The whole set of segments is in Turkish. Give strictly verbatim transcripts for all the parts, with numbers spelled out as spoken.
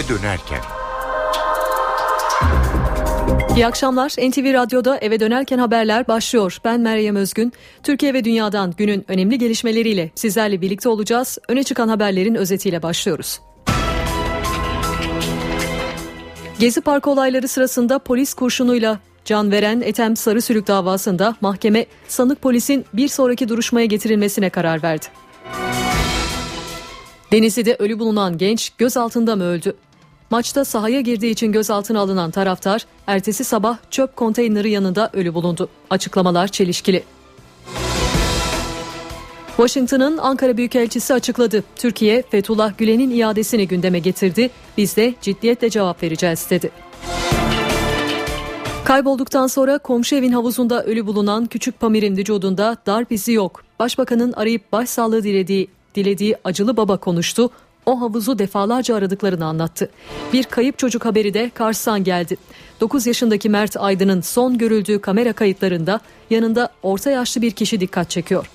eve dönerken. İyi akşamlar. N T V Radyo'da eve dönerken haberler başlıyor. Ben Meryem Özgün. Türkiye ve dünyadan günün önemli gelişmeleriyle sizlerle birlikte olacağız. Öne çıkan haberlerin özetiyle başlıyoruz. Gezi Parkı olayları sırasında polis kurşunuyla can veren Ethem Sarısülük davasında mahkeme sanık polisin bir sonraki duruşmaya getirilmesine karar verdi. Denizli'de ölü bulunan genç gözaltında mı öldü? Maçta sahaya girdiği için gözaltına alınan taraftar ertesi sabah çöp konteyneri yanında ölü bulundu. Açıklamalar çelişkili. Washington'ın Ankara Büyükelçisi açıkladı. Türkiye, Fethullah Gülen'in iadesini gündeme getirdi. Biz de ciddiyetle cevap vereceğiz dedi. Kaybolduktan sonra komşu evin havuzunda ölü bulunan küçük Pamir'in vücudunda darp izi yok. Başbakanın arayıp başsağlığı dilediği, dilediği acılı baba konuştu. O havuzu defalarca aradıklarını anlattı. Bir kayıp çocuk haberi de Kars'tan geldi. dokuz yaşındaki Mert Aydın'ın son görüldüğü kamera kayıtlarında yanında orta yaşlı bir kişi dikkat çekiyor.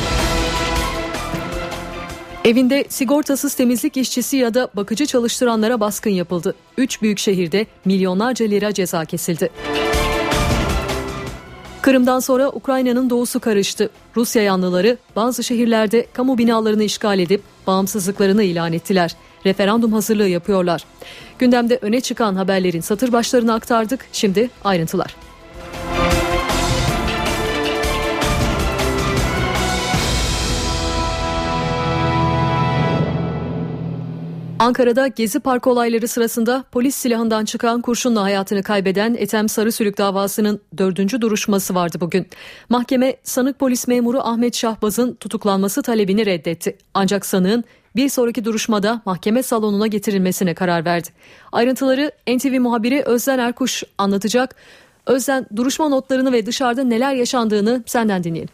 Evinde sigortasız temizlik işçisi ya da bakıcı çalıştıranlara baskın yapıldı. Üç büyük şehirde milyonlarca lira ceza kesildi. Kırım'dan sonra Ukrayna'nın doğusu karıştı. Rusya yanlıları bazı şehirlerde kamu binalarını işgal edip bağımsızlıklarını ilan ettiler. Referandum hazırlığı yapıyorlar. Gündemde öne çıkan haberlerin satır başlarını aktardık. Şimdi ayrıntılar. Ankara'da Gezi Parkı olayları sırasında polis silahından çıkan kurşunla hayatını kaybeden Ethem Sarısülük davasının dördüncü duruşması vardı bugün. Mahkeme sanık polis memuru Ahmet Şahbaz'ın tutuklanması talebini reddetti. Ancak sanığın bir sonraki duruşmada mahkeme salonuna getirilmesine karar verdi. Ayrıntıları N T V muhabiri Özden Erkuş anlatacak. Özden, duruşma notlarını ve dışarıda neler yaşandığını senden dinleyelim.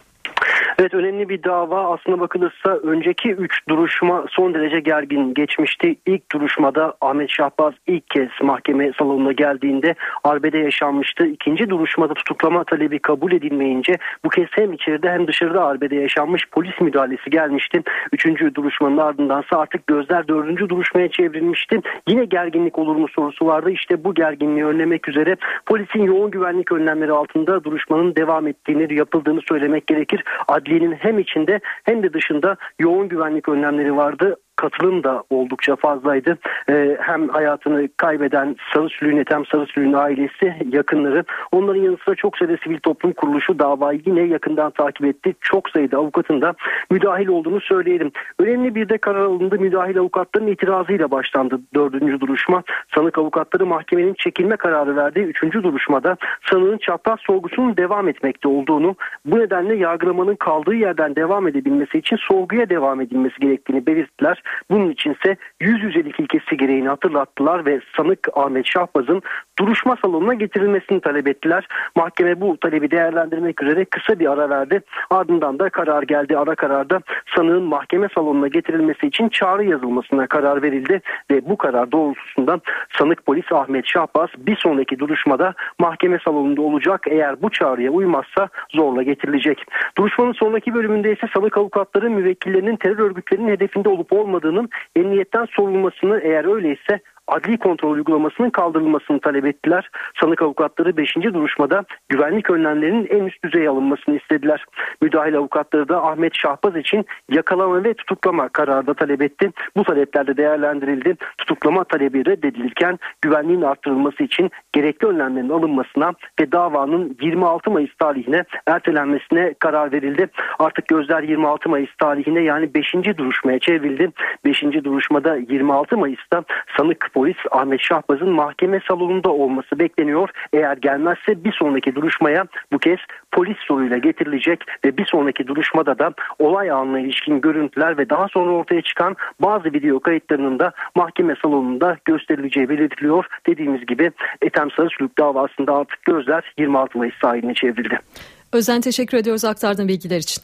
Evet, önemli bir dava. Aslına bakılırsa önceki üç duruşma son derece gergin geçmişti. İlk duruşmada Ahmet Şahbaz ilk kez mahkeme salonuna geldiğinde arbede yaşanmıştı. İkinci duruşmada tutuklama talebi kabul edilmeyince bu kez hem içeride hem dışarıda arbede yaşanmış, polis müdahalesi gelmişti. Üçüncü duruşmanın ardındansa artık gözler dördüncü duruşmaya çevrilmişti. Yine gerginlik olur mu sorusu vardı. İşte bu gerginliği önlemek üzere polisin yoğun güvenlik önlemleri altında duruşmanın devam ettiğini, yapıldığını söylemek gerekir. Adliyenin hem içinde hem de dışında yoğun güvenlik önlemleri vardı. Katılım da oldukça fazlaydı. Ee, hem hayatını kaybeden Sarısülük'ün, Ethem Sarısülük'ün ailesi, yakınları, onların yanı sıra çok sayıda sivil toplum kuruluşu davayı yine yakından takip etti. Çok sayıda avukatın da müdahil olduğunu söyleyelim. Önemli bir de karar alındı. Müdahil avukatların itirazıyla başlandı dördüncü duruşma. Sanık avukatları mahkemenin çekilme kararı verdiği üçüncü duruşmada sanığın çapraz sorgusunun devam etmekte olduğunu, bu nedenle yargılamanın kaldığı yerden devam edebilmesi için sorguya devam edilmesi gerektiğini belirttiler. Bunun içinse yüz yüzelik ilkesi gereğini hatırlattılar ve sanık Ahmet Şahbaz'ın duruşma salonuna getirilmesini talep ettiler. Mahkeme bu talebi değerlendirmek üzere kısa bir ara verdi. Ardından da karar geldi. Ara kararda sanığın mahkeme salonuna getirilmesi için çağrı yazılmasına karar verildi ve bu karar doğrultusunda sanık polis Ahmet Şahbaz bir sonraki duruşmada mahkeme salonunda olacak. Eğer bu çağrıya uymazsa zorla getirilecek. Duruşmanın sonraki bölümünde ise sanık avukatları müvekkillerinin terör örgütlerinin hedefinde olup olmadığını, emniyetten sorulmasını, eğer öyleyse adli kontrol uygulamasının kaldırılmasını talep ettiler. Sanık avukatları beşinci duruşmada güvenlik önlemlerinin en üst düzeye alınmasını istediler. Müdahil avukatları da Ahmet Şahbaz için yakalama ve tutuklama kararı da talep etti. Bu talepler de değerlendirildi. Tutuklama talebi reddedilirken güvenliğin arttırılması için gerekli önlemlerin alınmasına ve davanın yirmi altı Mayıs tarihine ertelenmesine karar verildi. Artık gözler yirmi altı Mayıs tarihine, yani beşinci duruşmaya çevrildi. beşinci duruşmada yirmi altı Mayıs'ta sanık polis Ahmet Şahbaz'ın mahkeme salonunda olması bekleniyor. Eğer gelmezse bir sonraki duruşmaya bu kez polis soruyla getirilecek ve bir sonraki duruşmada da olay anına ilişkin görüntüler ve daha sonra ortaya çıkan bazı video kayıtlarının da mahkeme salonunda gösterileceği belirtiliyor. Dediğimiz gibi Ethem Sarısülük davasında artık gözler yirmi altı Mayıs tarihine çevrildi. Özden, teşekkür ediyoruz aktardığın bilgiler için.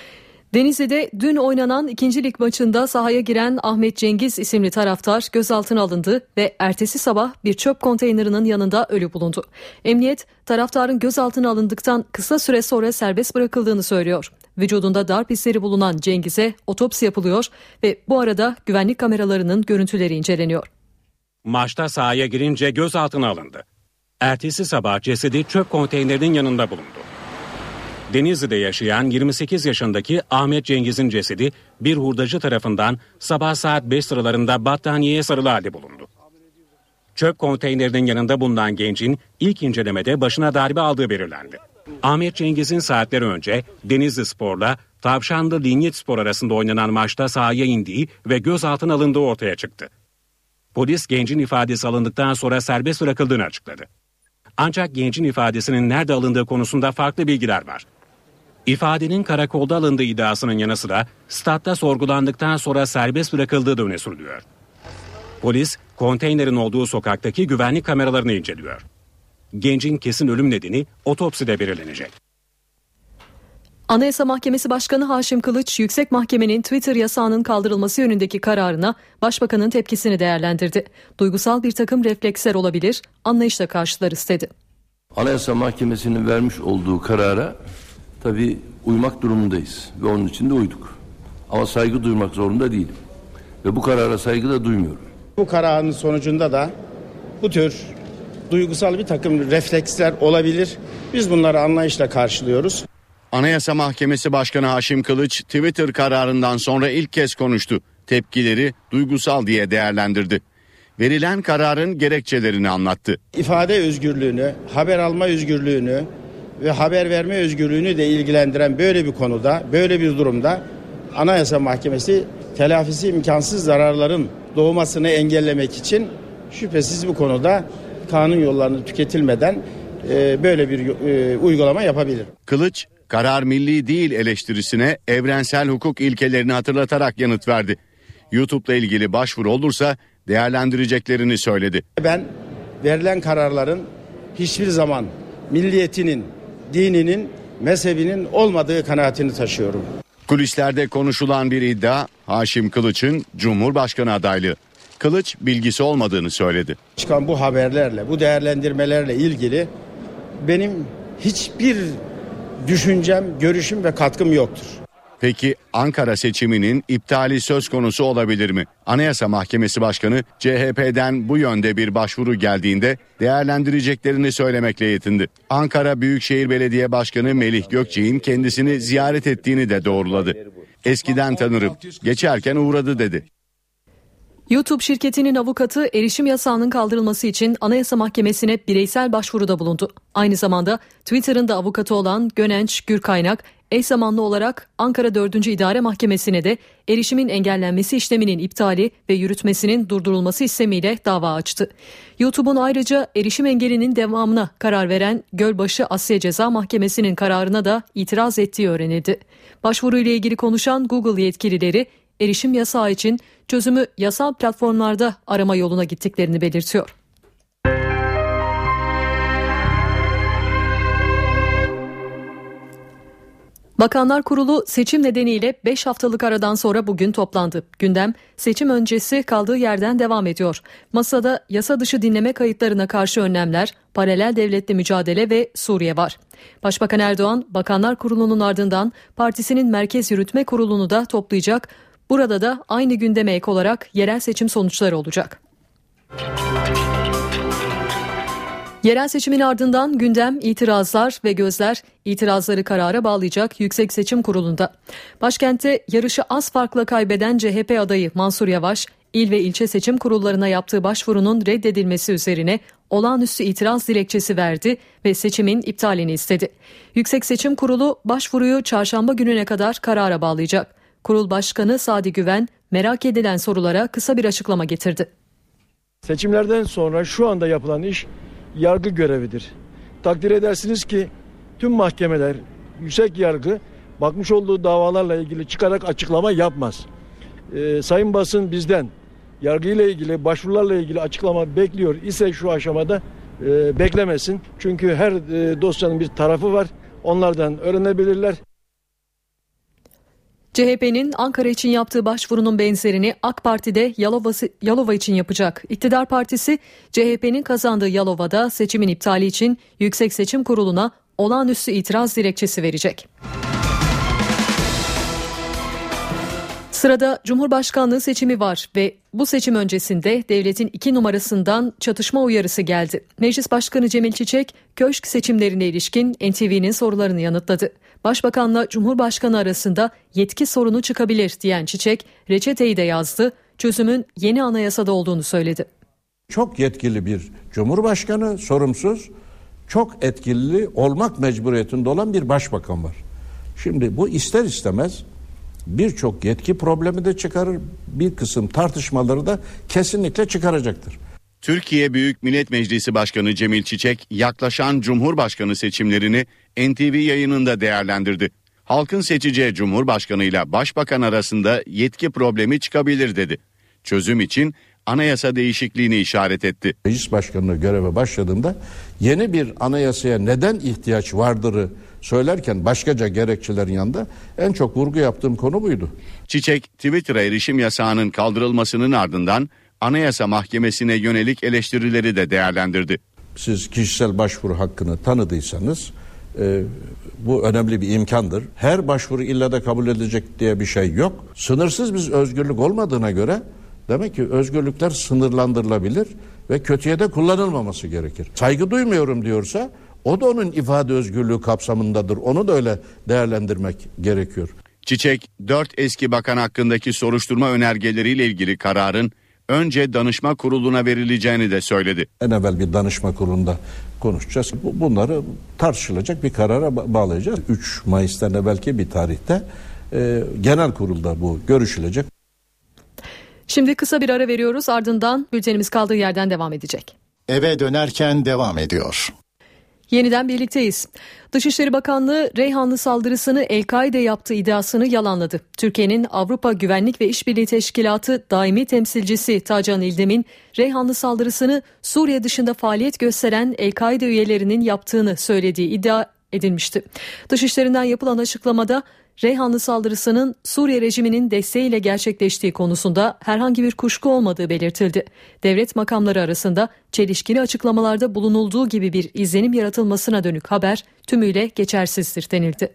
Denizli'de dün oynanan ikinci lig maçında sahaya giren Ahmet Cengiz isimli taraftar gözaltına alındı ve ertesi sabah bir çöp konteynerinin yanında ölü bulundu. Emniyet, taraftarın gözaltına alındıktan kısa süre sonra serbest bırakıldığını söylüyor. Vücudunda darp izleri bulunan Cengiz'e otopsi yapılıyor ve bu arada güvenlik kameralarının görüntüleri inceleniyor. Maçta sahaya girince gözaltına alındı. Ertesi sabah cesedi çöp konteynerinin yanında bulundu. Denizli'de yaşayan yirmi sekiz yaşındaki Ahmet Cengiz'in cesedi bir hurdacı tarafından sabah saat beş sıralarında battaniyeye sarılı halde bulundu. Çöp konteynerinin yanında bulunan gencin ilk incelemede başına darbe aldığı belirlendi. Ahmet Cengiz'in saatler önce Denizli Spor'la Tavşanlı Linyit Spor arasında oynanan maçta sahaya indiği ve gözaltına alındığı ortaya çıktı. Polis gencin ifadesi alındıktan sonra serbest bırakıldığını açıkladı. Ancak gencin ifadesinin nerede alındığı konusunda farklı bilgiler var. İfadenin karakolda alındığı iddiasının yanı sıra statta sorgulandıktan sonra serbest bırakıldığı da öne sürülüyor. Polis konteynerin olduğu sokaktaki güvenlik kameralarını inceliyor. Gencin kesin ölüm nedeni otopside belirlenecek. Anayasa Mahkemesi Başkanı Haşim Kılıç, Yüksek Mahkemenin Twitter yasağının kaldırılması yönündeki kararına Başbakanın tepkisini değerlendirdi. Duygusal bir takım refleksler olabilir, anlayışla karşılar istedi. Anayasa Mahkemesi'nin vermiş olduğu karara tabii uymak durumundayız ve onun için de uyduk. Ama saygı duymak zorunda değilim ve bu karara saygı da duymuyorum. Bu kararın sonucunda da bu tür duygusal bir takım refleksler olabilir. Biz bunları anlayışla karşılıyoruz. Anayasa Mahkemesi Başkanı Haşim Kılıç Twitter kararından sonra ilk kez konuştu. Tepkileri duygusal diye değerlendirdi. Verilen kararın gerekçelerini anlattı. İfade özgürlüğünü, haber alma özgürlüğünü ve haber verme özgürlüğünü de ilgilendiren böyle bir konuda, böyle bir durumda Anayasa Mahkemesi telafisi imkansız zararların doğmasını engellemek için şüphesiz bu konuda kanun yollarını tüketilmeden e, böyle bir e, uygulama yapabilir. Kılıç, karar milli değil eleştirisine evrensel hukuk ilkelerini hatırlatarak yanıt verdi. YouTube'la ilgili başvuru olursa değerlendireceklerini söyledi. Ben verilen kararların hiçbir zaman milliyetinin, dininin, mezhebinin olmadığı kanaatini taşıyorum. Kulislerde konuşulan bir iddia Haşim Kılıç'ın Cumhurbaşkanı adaylığı. Kılıç bilgisi olmadığını söyledi. Çıkan bu haberlerle, bu değerlendirmelerle ilgili benim hiçbir düşüncem, görüşüm ve katkım yoktur. Peki Ankara seçiminin iptali söz konusu olabilir mi? Anayasa Mahkemesi Başkanı C H P'den bu yönde bir başvuru geldiğinde değerlendireceklerini söylemekle yetindi. Ankara Büyükşehir Belediye Başkanı Melih Gökçek'in kendisini ziyaret ettiğini de doğruladı. Eskiden tanırım, geçerken uğradı dedi. YouTube şirketinin avukatı erişim yasağının kaldırılması için Anayasa Mahkemesi'ne bireysel başvuruda bulundu. Aynı zamanda Twitter'ın da avukatı olan Gönenç Gürkaynak eş zamanlı olarak Ankara dördüncü İdare Mahkemesi'ne de erişimin engellenmesi işleminin iptali ve yürütmesinin durdurulması istemiyle dava açtı. YouTube'un ayrıca erişim engelinin devamına karar veren Gölbaşı Asya Ceza Mahkemesi'nin kararına da itiraz ettiği öğrenildi. Başvuruyla ilgili konuşan Google yetkilileri erişim yasağı için çözümü yasal platformlarda arama yoluna gittiklerini belirtiyor. Bakanlar Kurulu seçim nedeniyle beş haftalık aradan sonra bugün toplandı. Gündem seçim öncesi kaldığı yerden devam ediyor. Masada yasa dışı dinleme kayıtlarına karşı önlemler, paralel devletle mücadele ve Suriye var. Başbakan Erdoğan, Bakanlar Kurulu'nun ardından partisinin Merkez Yürütme Kurulu'nu da toplayacak. Burada da aynı gündeme ek olarak yerel seçim sonuçları olacak. Yerel seçimin ardından gündem, itirazlar ve gözler itirazları karara bağlayacak Yüksek Seçim Kurulu'nda. Başkentte yarışı az farkla kaybeden C H P adayı Mansur Yavaş, il ve ilçe seçim kurullarına yaptığı başvurunun reddedilmesi üzerine olağanüstü itiraz dilekçesi verdi ve seçimin iptalini istedi. Yüksek Seçim Kurulu başvuruyu çarşamba gününe kadar karara bağlayacak. Kurul Başkanı Sadi Güven merak edilen sorulara kısa bir açıklama getirdi. Seçimlerden sonra şu anda yapılan iş yargı görevidir. Takdir edersiniz ki tüm mahkemeler, yüksek yargı bakmış olduğu davalarla ilgili çıkarak açıklama yapmaz. Ee, Sayın basın bizden yargıyla ilgili, başvurularla ilgili açıklama bekliyor ise şu aşamada e, beklemesin. Çünkü her e, dosyanın bir tarafı var. Onlardan öğrenebilirler. C H P'nin Ankara için yaptığı başvurunun benzerini AK Parti'de Yalova, Yalova için yapacak. İktidar Partisi C H P'nin kazandığı Yalova'da seçimin iptali için Yüksek Seçim Kurulu'na olağanüstü itiraz dilekçesi verecek. Sırada Cumhurbaşkanlığı seçimi var ve bu seçim öncesinde devletin iki numarasından çatışma uyarısı geldi. Meclis Başkanı Cemil Çiçek, köşk seçimlerine ilişkin N T V'nin sorularını yanıtladı. Başbakanla Cumhurbaşkanı arasında yetki sorunu çıkabilir diyen Çiçek, reçeteyi de yazdı, çözümün yeni anayasada olduğunu söyledi. Çok yetkili bir Cumhurbaşkanı, sorumsuz, çok etkili olmak mecburiyetinde olan bir başbakan var. Şimdi bu ister istemez birçok yetki problemi de çıkarır, bir kısım tartışmaları da kesinlikle çıkaracaktır. Türkiye Büyük Millet Meclisi Başkanı Cemil Çiçek yaklaşan Cumhurbaşkanı seçimlerini N T V yayınında değerlendirdi. Halkın seçeceği Cumhurbaşkanı ile Başbakan arasında yetki problemi çıkabilir dedi. Çözüm için anayasa değişikliğini işaret etti. Meclis Başkanlığı göreve başladığında yeni bir anayasaya neden ihtiyaç vardırı söylerken başkaca gerekçelerin yanında en çok vurgu yaptığım konu buydu. Çiçek, Twitter'a erişim yasağının kaldırılmasının ardından Anayasa Mahkemesi'ne yönelik eleştirileri de değerlendirdi. Siz kişisel başvuru hakkını tanıdıysanız e, bu önemli bir imkandır. Her başvuru illa da kabul edilecek diye bir şey yok. Sınırsız bir özgürlük olmadığına göre demek ki özgürlükler sınırlandırılabilir ve kötüye de kullanılmaması gerekir. Saygı duymuyorum diyorsa o da onun ifade özgürlüğü kapsamındadır. Onu da öyle değerlendirmek gerekiyor. Çiçek, dört eski bakan hakkındaki soruşturma önergeleriyle ilgili kararın önce danışma kuruluna verileceğini de söyledi. En evvel bir danışma kurulunda konuşacağız. Bunları tartışılacak bir karara bağlayacağız. üç Mayıs'tan evvelki bir tarihte e, genel kurulda bu görüşülecek. Şimdi kısa bir ara veriyoruz, ardından bültenimiz kaldığı yerden devam edecek. Eve dönerken devam ediyor. Yeniden birlikteyiz. Dışişleri Bakanlığı Reyhanlı saldırısını El-Kaide yaptığı iddiasını yalanladı. Türkiye'nin Avrupa Güvenlik ve İşbirliği Teşkilatı daimi temsilcisi Tacan İldem'in Reyhanlı saldırısını Suriye dışında faaliyet gösteren El-Kaide üyelerinin yaptığını söylediği iddia edilmişti. Dışişlerinden yapılan açıklamada Reyhanlı saldırısının Suriye rejiminin desteğiyle gerçekleştiği konusunda herhangi bir kuşku olmadığı belirtildi. Devlet makamları arasında çelişkili açıklamalarda bulunulduğu gibi bir izlenim yaratılmasına dönük haber tümüyle geçersizdir denildi.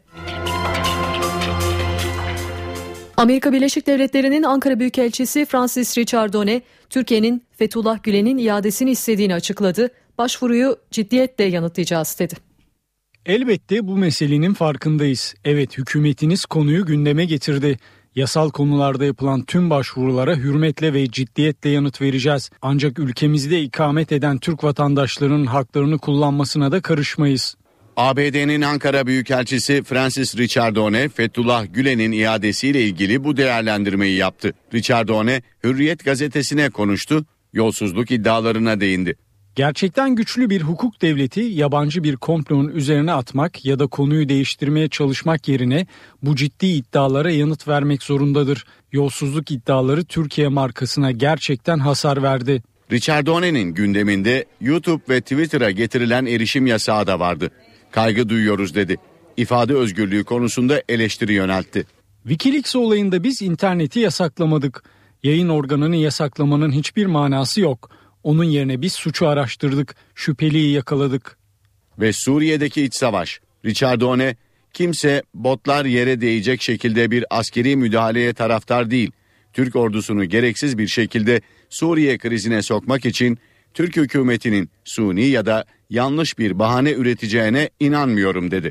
Amerika Birleşik Devletleri'nin Ankara Büyükelçisi Francis Richardone, Türkiye'nin Fethullah Gülen'in iadesini istediğini açıkladı. Başvuruyu ciddiyetle yanıtlayacağız dedi. Elbette bu meselenin farkındayız. Evet, hükümetiniz konuyu gündeme getirdi. Yasal konularda yapılan tüm başvurulara hürmetle ve ciddiyetle yanıt vereceğiz. Ancak ülkemizde ikamet eden Türk vatandaşlarının haklarını kullanmasına da karışmayız. A B D'nin Ankara Büyükelçisi Francis Richardone, Fethullah Gülen'in iadesiyle ilgili bu değerlendirmeyi yaptı. Richardone, Hürriyet gazetesine konuştu, yolsuzluk iddialarına değindi. Gerçekten güçlü bir hukuk devleti yabancı bir komplonun üzerine atmak ya da konuyu değiştirmeye çalışmak yerine bu ciddi iddialara yanıt vermek zorundadır. Yolsuzluk iddiaları Türkiye markasına gerçekten hasar verdi. Richardone'nin gündeminde YouTube ve Twitter'a getirilen erişim yasağı da vardı. Kaygı duyuyoruz dedi. İfade özgürlüğü konusunda eleştiri yöneltti. Wikileaks olayında biz interneti yasaklamadık. Yayın organını yasaklamanın hiçbir manası yok. Onun yerine biz suçu araştırdık, şüpheliyi yakaladık. Ve Suriye'deki iç savaş. Richardone, kimse botlar yere değecek şekilde bir askeri müdahaleye taraftar değil. Türk ordusunu gereksiz bir şekilde Suriye krizine sokmak için Türk hükümetinin suni ya da yanlış bir bahane üreteceğine inanmıyorum dedi.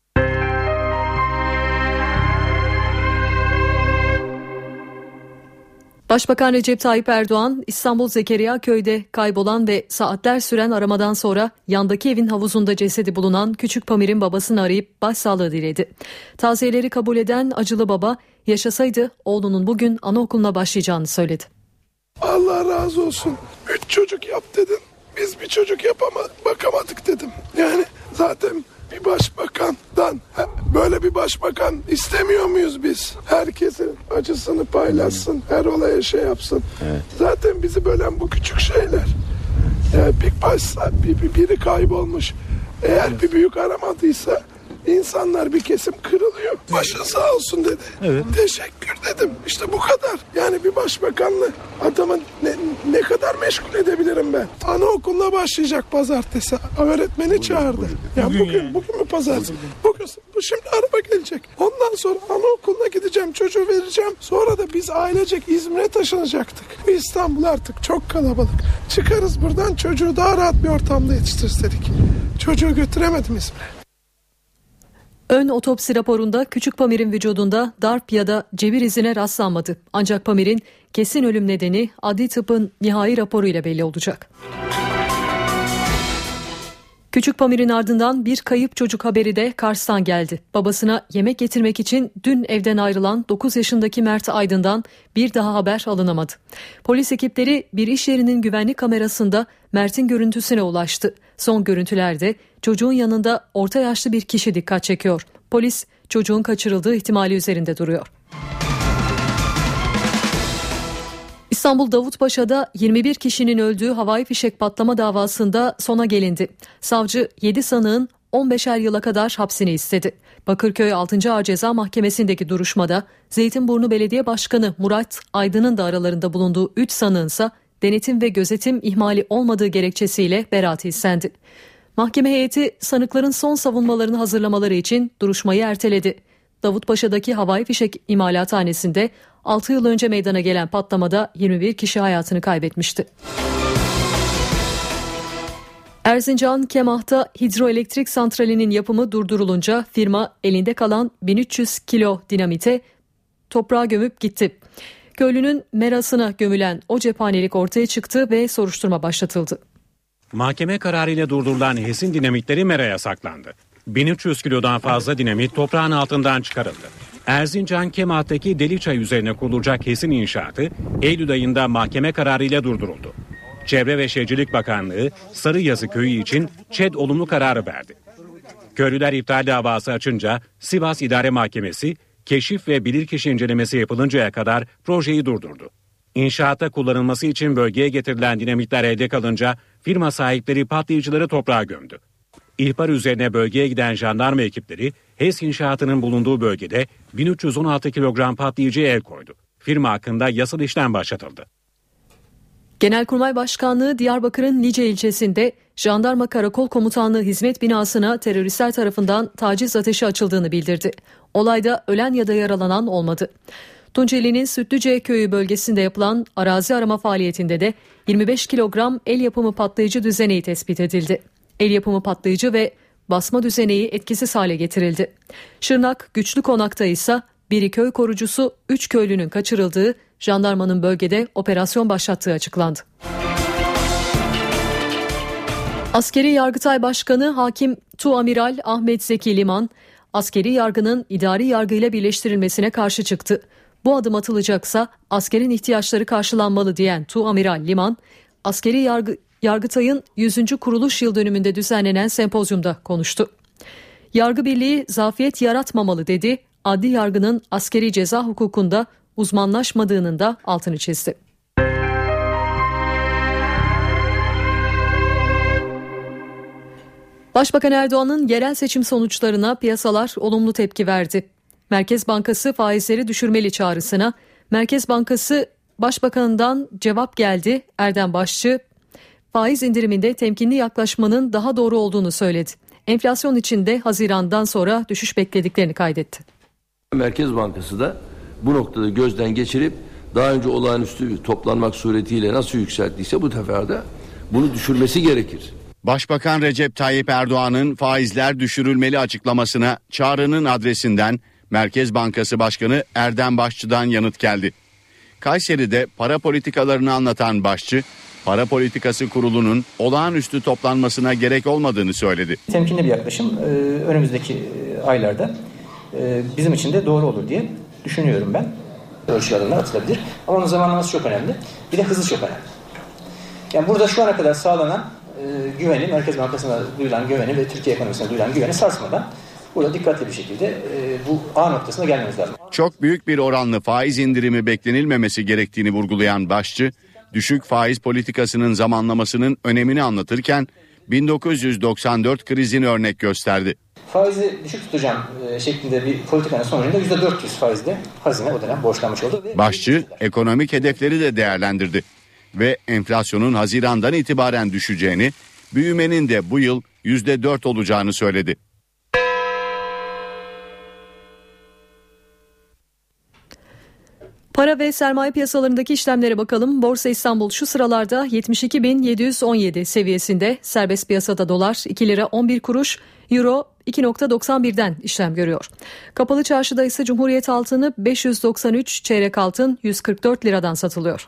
Başbakan Recep Tayyip Erdoğan, İstanbul Zekeriyaköy'de kaybolan ve saatler süren aramadan sonra yandaki evin havuzunda cesedi bulunan küçük Pamir'in babasını arayıp başsağlığı diledi. Taziyeleri kabul eden acılı baba, yaşasaydı oğlunun bugün anaokuluna başlayacağını söyledi. Allah razı olsun. Üç çocuk yap dedin. Biz bir çocuk yapamadık, bakamadık dedim. Yani zaten bir başbakandan böyle bir başbakan istemiyor muyuz biz? Herkesin acısını paylaşsın, her olaya şey yapsın. Evet. Zaten bizi bölen bu küçük şeyler. Yani bir başsa bir, bir, biri kaybolmuş. Eğer evet. bir büyük aramadıysa insanlar bir kesim kırılıyor. Başın sağ olsun dedi. Evet. Teşekkür dedim. İşte bu kadar. Yani bir başbakanla adamı ne, ne kadar meşgul edebilirim ben? Anaokuluna başlayacak pazartesi. Öğretmeni çağırdı. Ya bugün, bugün, bugün mü pazartesi? Bugün, bu şimdi araba gelecek. Ondan sonra anaokuluna gideceğim. Çocuğu vereceğim. Sonra da biz ailecek İzmir'e taşınacaktık. İstanbul artık çok kalabalık. Çıkarız buradan, çocuğu daha rahat bir ortamda yetiştirsedik. Çocuğu götüremedim İzmir'e. Ön otopsi raporunda Küçük Pamir'in vücudunda darp ya da cebir izine rastlanmadı. Ancak Pamir'in kesin ölüm nedeni adli tıbbın nihai raporuyla belli olacak. Küçük Pamir'in ardından bir kayıp çocuk haberi de Kars'tan geldi. Babasına yemek getirmek için dün evden ayrılan dokuz yaşındaki Mert Aydın'dan bir daha haber alınamadı. Polis ekipleri bir iş yerinin güvenlik kamerasında Mert'in görüntüsüne ulaştı. Son görüntülerde çocuğun yanında orta yaşlı bir kişi dikkat çekiyor. Polis çocuğun kaçırıldığı ihtimali üzerinde duruyor. İstanbul Davutpaşa'da yirmi bir kişinin öldüğü havai fişek patlama davasında sona gelindi. Savcı yedi sanığın on beşer yıla kadar hapsini istedi. Bakırköy altıncı Ağır Ceza Mahkemesi'ndeki duruşmada Zeytinburnu Belediye Başkanı Murat Aydın'ın da aralarında bulunduğu üç sanığınsa denetim ve gözetim ihmali olmadığı gerekçesiyle beraat istendi. Mahkeme heyeti sanıkların son savunmalarını hazırlamaları için duruşmayı erteledi. Davutpaşa'daki havai fişek imalathanesinde altı yıl önce meydana gelen patlamada yirmi bir kişi hayatını kaybetmişti. Erzincan Kemah'ta hidroelektrik santralinin yapımı durdurulunca firma elinde kalan bin üç yüz kilo dinamite toprağa gömüp gitti. Köylünün merasına gömülen o cephanelik ortaya çıktı ve soruşturma başlatıldı. Mahkeme kararıyla durdurulan HES'in dinamitleri meraya saklandı. bin üç yüz kilodan fazla dinamit toprağın altından çıkarıldı. Erzincan Kemah'taki Deliçay üzerine kurulacak HES'in inşaatı Eylül ayında mahkeme kararıyla durduruldu. Çevre ve Şehircilik Bakanlığı Sarıyazı Köyü için ÇED olumlu kararı verdi. Köylüler iptal davası açınca Sivas İdare Mahkemesi keşif ve bilirkişi incelemesi yapılıncaya kadar projeyi durdurdu. İnşaatta kullanılması için bölgeye getirilen dinamitler elde kalınca firma sahipleri patlayıcıları toprağa gömdü. İhbar üzerine bölgeye giden jandarma ekipleri HES inşaatının bulunduğu bölgede bin üç yüz on altı kilogram patlayıcıya el koydu. Firma hakkında yasal işlem başlatıldı. Genelkurmay Başkanlığı Diyarbakır'ın Lice ilçesinde Jandarma Karakol Komutanlığı hizmet binasına teröristler tarafından taciz ateşi açıldığını bildirdi. Olayda ölen ya da yaralanan olmadı. Tunceli'nin Sütlüce köyü bölgesinde yapılan arazi arama faaliyetinde de yirmi beş kilogram el yapımı patlayıcı düzeneği tespit edildi. El yapımı patlayıcı ve basma düzeneği etkisiz hale getirildi. Şırnak Güçlü Konak'ta ise biri köy korucusu, üç köylünün kaçırıldığı, jandarmanın bölgede operasyon başlattığı açıklandı. Askeri Yargıtay Başkanı Hakim Tuamiral Ahmet Zeki Liman, askeri yargının idari yargıyla birleştirilmesine karşı çıktı. Bu adım atılacaksa askerin ihtiyaçları karşılanmalı diyen Tuamiral Liman, askeri yargı Yargıtay'ın yüzüncü kuruluş yıl dönümünde düzenlenen sempozyumda konuştu. Yargı birliği zafiyet yaratmamalı dedi. Adli yargının askeri ceza hukukunda uzmanlaşmadığının da altını çizdi. Başbakan Erdoğan'ın yerel seçim sonuçlarına piyasalar olumlu tepki verdi. Merkez Bankası faizleri düşürmeli çağrısına Merkez Bankası Başbakanından cevap geldi. Erdem Başçı faiz indiriminde temkinli yaklaşmanın daha doğru olduğunu söyledi. Enflasyon içinde Haziran'dan sonra düşüş beklediklerini kaydetti. Merkez Bankası da bu noktada gözden geçirip daha önce olağanüstü toplanmak suretiyle nasıl yükselttiyse bu sefer de bunu düşürmesi gerekir. Başbakan Recep Tayyip Erdoğan'ın faizler düşürülmeli açıklamasına çağrının adresinden Merkez Bankası Başkanı Erdem Başçı'dan yanıt geldi. Kayseri'de para politikalarını anlatan Başçı, Para Politikası Kurulu'nun olağanüstü toplanmasına gerek olmadığını söyledi. Temkinli bir yaklaşım önümüzdeki aylarda bizim için de doğru olur diye düşünüyorum ben. Ölçü adımlar atılabilir ama onun zamanlaması çok önemli. Bir de hızı çok önemli. Yani burada şu ana kadar sağlanan güveni, Merkez Bankası'na duyulan güveni ve Türkiye ekonomisine duyulan güveni sarsmadan burada dikkatli bir şekilde bu A noktasına gelmemiz lazım. Çok büyük bir oranlı faiz indirimi beklenilmemesi gerektiğini vurgulayan Başçı, düşük faiz politikasının zamanlamasının önemini anlatırken bin dokuz yüz doksan dört krizini örnek gösterdi. Faizi düşük tutacağım e, şeklinde bir politikanın sonucunda yüzde dört yüz faizle hazine o dönem borçlanmış oldu. Başçı ekonomik hedefleri de değerlendirdi ve enflasyonun Haziran'dan itibaren düşeceğini, büyümenin de bu yıl yüzde dört olacağını söyledi. Para ve sermaye piyasalarındaki işlemlere bakalım. Borsa İstanbul şu sıralarda yetmiş iki bin yedi yüz on yedi seviyesinde. Serbest piyasada dolar iki lira on bir kuruş, euro iki virgül doksan birden işlem görüyor. Kapalı çarşıda ise Cumhuriyet altını beş yüz doksan üç, çeyrek altın yüz kırk dört liradan satılıyor.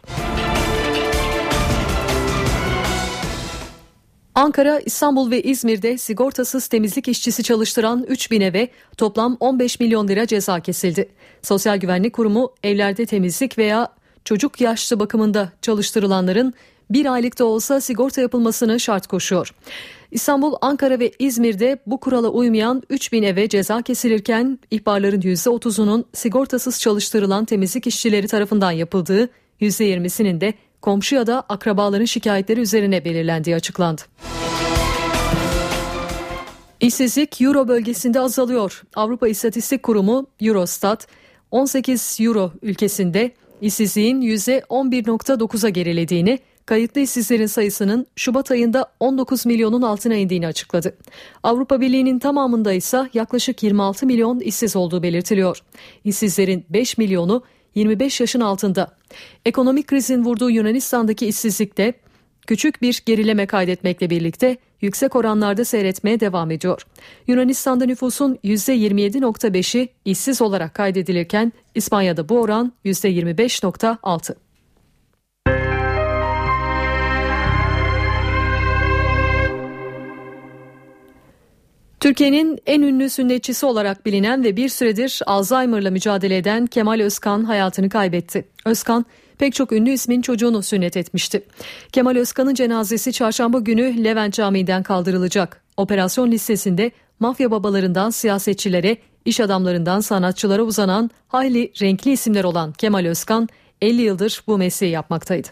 Ankara, İstanbul ve İzmir'de sigortasız temizlik işçisi çalıştıran üç bin eve toplam on beş milyon lira ceza kesildi. Sosyal Güvenlik Kurumu evlerde temizlik veya çocuk yaşlı bakımında çalıştırılanların bir aylık da olsa sigorta yapılmasını şart koşuyor. İstanbul, Ankara ve İzmir'de bu kurala uymayan üç bin eve ceza kesilirken ihbarların yüzde otuzunun sigortasız çalıştırılan temizlik işçileri tarafından yapıldığı, yüzde yirmisinin de komşu ya da akrabaların şikayetleri üzerine belirlendiği açıklandı. İşsizlik Euro bölgesinde azalıyor. Avrupa İstatistik Kurumu Eurostat, on sekiz Euro ülkesinde işsizliğin yüzde on bir virgül dokuza gerilediğini, kayıtlı işsizlerin sayısının Şubat ayında on dokuz milyonun altına indiğini açıkladı. Avrupa Birliği'nin tamamında ise yaklaşık yirmi altı milyon işsiz olduğu belirtiliyor. İşsizlerin beş milyonu yirmi beş yaşın altında. Ekonomik krizin vurduğu Yunanistan'daki işsizlik de küçük bir gerileme kaydetmekle birlikte yüksek oranlarda seyretmeye devam ediyor. Yunanistan'da nüfusun yüzde yirmi yedi virgül beşi işsiz olarak kaydedilirken İspanya'da bu oran yüzde yirmi beş virgül altı. Türkiye'nin en ünlü sünnetçisi olarak bilinen ve bir süredir Alzheimer'la mücadele eden Kemal Özkan hayatını kaybetti. Özkan pek çok ünlü ismin çocuğunu sünnet etmişti. Kemal Özkan'ın cenazesi çarşamba günü Levent Camii'den kaldırılacak. Operasyon listesinde mafya babalarından siyasetçilere, iş adamlarından sanatçılara uzanan hayli renkli isimler olan Kemal Özkan elli yıldır bu mesleği yapmaktaydı.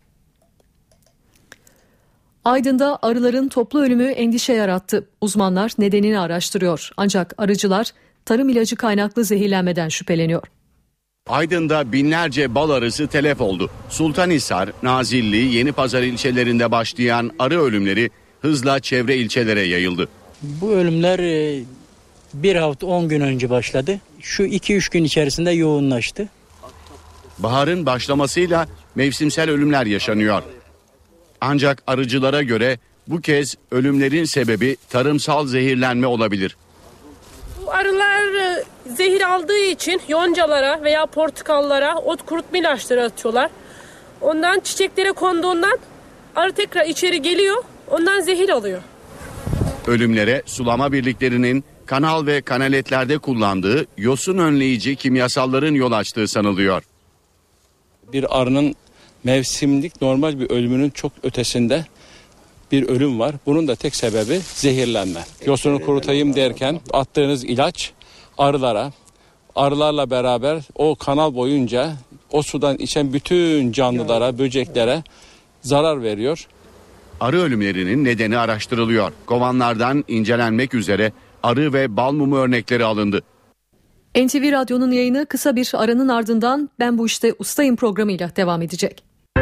Aydın'da arıların toplu ölümü endişe yarattı. Uzmanlar nedenini araştırıyor. Ancak arıcılar tarım ilacı kaynaklı zehirlenmeden şüpheleniyor. Aydın'da binlerce bal arısı telef oldu. Sultanhisar, Nazilli, Yenipazarı ilçelerinde başlayan arı ölümleri hızla çevre ilçelere yayıldı. Bu ölümler bir hafta on gün önce başladı. Şu iki üç gün içerisinde yoğunlaştı. Baharın başlamasıyla mevsimsel ölümler yaşanıyor. Ancak arıcılara göre bu kez ölümlerin sebebi tarımsal zehirlenme olabilir. Bu arılar zehir aldığı için yoncalara veya portakallara ot kurutma ilaçları atıyorlar. Ondan çiçeklere konduğundan arı tekrar içeri geliyor, ondan zehir alıyor. Ölümlere sulama birliklerinin kanal ve kanaletlerde kullandığı yosun önleyici kimyasalların yol açtığı sanılıyor. Bir arının mevsimlik normal bir ölümünün çok ötesinde bir ölüm var. Bunun da tek sebebi zehirlenme. Yosunu kurutayım derken attığınız ilaç arılara, arılarla beraber o kanal boyunca o sudan içen bütün canlılara, böceklere zarar veriyor. Arı ölümlerinin nedeni araştırılıyor. Kovanlardan incelenmek üzere arı ve bal mumu örnekleri alındı. N T V Radyo'nun yayını kısa bir aranın ardından Ben Bu İşte Ustayım programıyla devam edecek.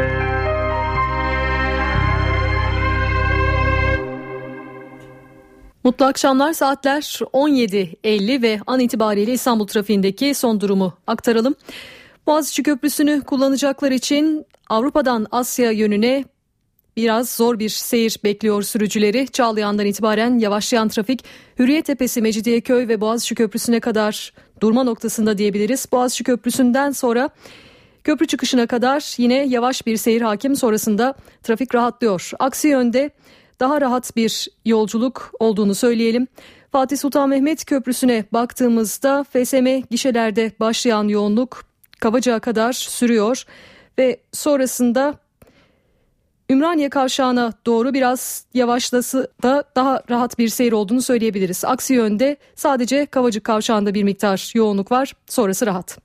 Mutlu akşamlar, saatler on yedi elli ve an itibariyle İstanbul trafiğindeki son durumu aktaralım. Boğaziçi Köprüsü'nü kullanacaklar için Avrupa'dan Asya yönüne biraz zor bir seyir bekliyor sürücüleri. Çağlayan'dan itibaren yavaşlayan trafik Hürriyettepe'si, Mecidiyeköy ve Boğaziçi Köprüsü'ne kadar durma noktasında diyebiliriz. Boğaziçi Köprüsü'nden sonra köprü çıkışına kadar yine yavaş bir seyir hakim, sonrasında trafik rahatlıyor. Aksi yönde daha rahat bir yolculuk olduğunu söyleyelim. Fatih Sultan Mehmet Köprüsü'ne baktığımızda F S M gişelerde başlayan yoğunluk Kavacık'a kadar sürüyor ve sonrasında Ümraniye Kavşağı'na doğru biraz yavaşlası da daha rahat bir seyir olduğunu söyleyebiliriz. Aksi yönde sadece Kavacık Kavşağı'nda bir miktar yoğunluk var, sonrası rahat.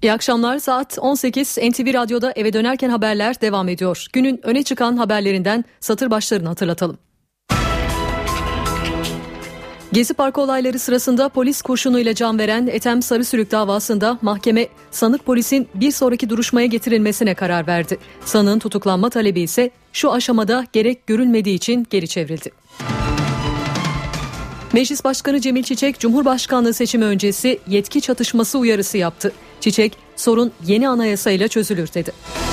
İyi akşamlar. Saat on sekiz N T V Radyo'da eve dönerken haberler devam ediyor. Günün öne çıkan haberlerinden satır başlarını hatırlatalım. Gezi Parkı olayları sırasında polis kurşunuyla can veren Ethem Sarısülük davasında mahkeme sanık polisin bir sonraki duruşmaya getirilmesine karar verdi. Sanığın tutuklanma talebi ise şu aşamada gerek görülmediği için geri çevrildi. Meclis Başkanı Cemil Çiçek, Cumhurbaşkanlığı seçimi öncesi yetki çatışması uyarısı yaptı. Çiçek, sorun yeni anayasayla çözülür dedi.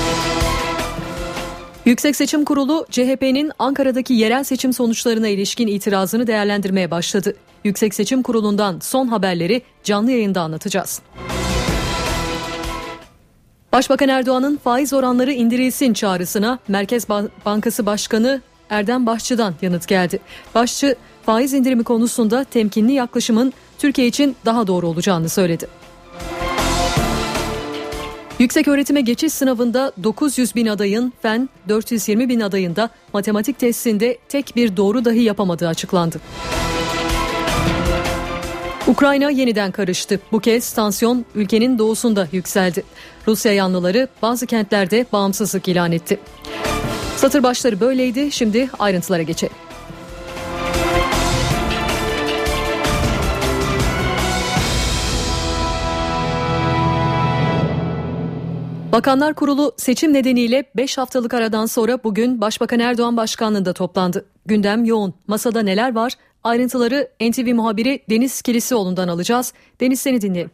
Yüksek Seçim Kurulu, C H P'nin Ankara'daki yerel seçim sonuçlarına ilişkin itirazını değerlendirmeye başladı. Yüksek Seçim Kurulu'ndan son haberleri canlı yayında anlatacağız. Başbakan Erdoğan'ın faiz oranları indirilsin çağrısına Merkez Bankası Başkanı Erdem Başçı'dan yanıt geldi. Başçı, faiz indirimi konusunda temkinli yaklaşımın Türkiye için daha doğru olacağını söyledi. Yükseköğretime geçiş sınavında dokuz yüz bin adayın, fen dört yüz yirmi bin adayın da matematik testinde tek bir doğru dahi yapamadığı açıklandı. Ukrayna yeniden karıştı. Bu kez tansiyon ülkenin doğusunda yükseldi. Rusya yanlıları bazı kentlerde bağımsızlık ilan etti. Satır başları böyleydi. Şimdi ayrıntılara geçelim. Bakanlar Kurulu seçim nedeniyle beş haftalık aradan sonra bugün Başbakan Erdoğan başkanlığında toplandı. Gündem yoğun. Masada neler var? Ayrıntıları N T V muhabiri Deniz Kilisioğlu'ndan alacağız. Deniz, seni dinleyelim.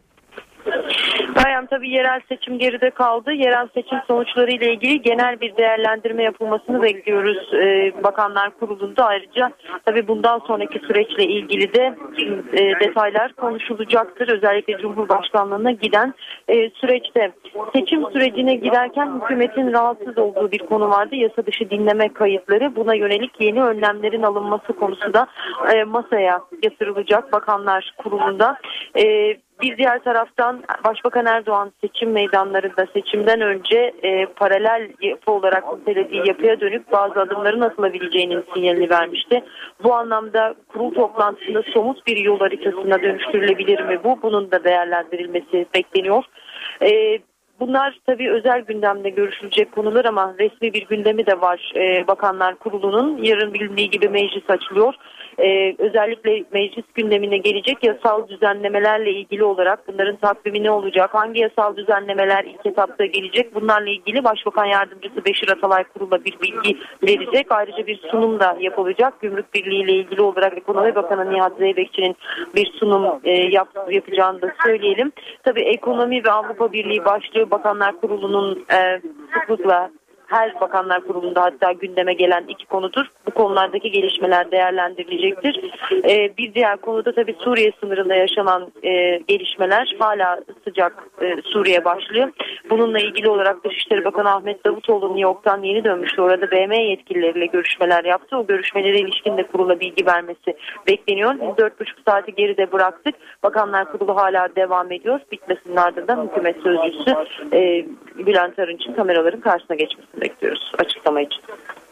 Meryem, tabii yerel seçim geride kaldı. Yerel seçim sonuçları ile ilgili genel bir değerlendirme yapılmasını bekliyoruz e, Bakanlar Kurulu'nda. Ayrıca tabii bundan sonraki süreçle ilgili de e, detaylar konuşulacaktır. Özellikle Cumhurbaşkanlığına giden e, süreçte. Seçim sürecine giderken hükümetin rahatsız olduğu bir konu vardı. Yasa dışı dinleme kayıtları. Buna yönelik yeni önlemlerin alınması konusu da e, masaya yatırılacak Bakanlar Kurulu'nda. E, Bir diğer taraftan Başbakan Erdoğan seçim meydanlarında seçimden önce e, paralel yapı olarak nitelediği yapıya dönük bazı adımların atılabileceğinin sinyalini vermişti. Bu anlamda kurul toplantısında somut bir yol haritasına dönüştürülebilir mi bu? Bunun da değerlendirilmesi bekleniyor. E, Bunlar tabii özel gündemde görüşülecek konular ama resmi bir gündemi de var ee, Bakanlar Kurulu'nun. Yarın bilindiği gibi meclis açılıyor. Ee, özellikle meclis gündemine gelecek yasal düzenlemelerle ilgili olarak bunların takvimi ne olacak? Hangi yasal düzenlemeler ilk etapta gelecek? Bunlarla ilgili Başbakan Yardımcısı Beşir Atalay Kurul'a bir bilgi verecek. Ayrıca bir sunum da yapılacak. Gümrük Birliği ile ilgili olarak Ekonomi Bakanı Nihat Zeybekçi'nin bir sunum e, yap, yapacağını da söyleyelim. Tabii Ekonomi ve Avrupa Birliği başlığı Bakanlar Kurulu'nun e, sıklıkla her Bakanlar Kurulu'nda hatta gündeme gelen iki konudur. Bu konulardaki gelişmeler değerlendirilecektir. E, bir diğer konuda tabii Suriye sınırında yaşanan e, gelişmeler hala sıcak e, Suriye başlığı. Bununla ilgili olarak Dışişleri Bakanı Ahmet Davutoğlu New York'tan yeni dönmüştü. Orada B M yetkilileriyle görüşmeler yaptı. O görüşmelere ilişkin de kurula bilgi vermesi bekleniyor. Biz dört buçuk saati geride bıraktık. Bakanlar Kurulu hala devam ediyor. Bitmesinin ardından hükümet sözcüsü e, Bülent Arınç'ın kameraların karşısına geçmesini bekliyoruz açıklama için.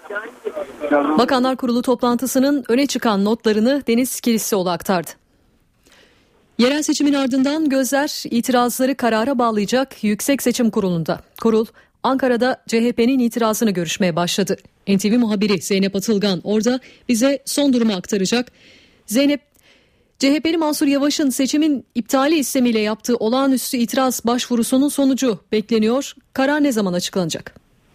Bakanlar Kurulu toplantısının öne çıkan notlarını Deniz Kilisioğlu aktardı. Yerel seçimin ardından gözler itirazları karara bağlayacak Yüksek Seçim Kurulu'nda. Kurul Ankara'da C H P'nin itirazını görüşmeye başladı. N T V muhabiri Zeynep Atılgan orada bize son durumu aktaracak. Zeynep, C H P'li Mansur Yavaş'ın seçimin iptali istemiyle yaptığı olağanüstü itiraz başvurusunun sonucu bekleniyor. Karar ne zaman açıklanacak?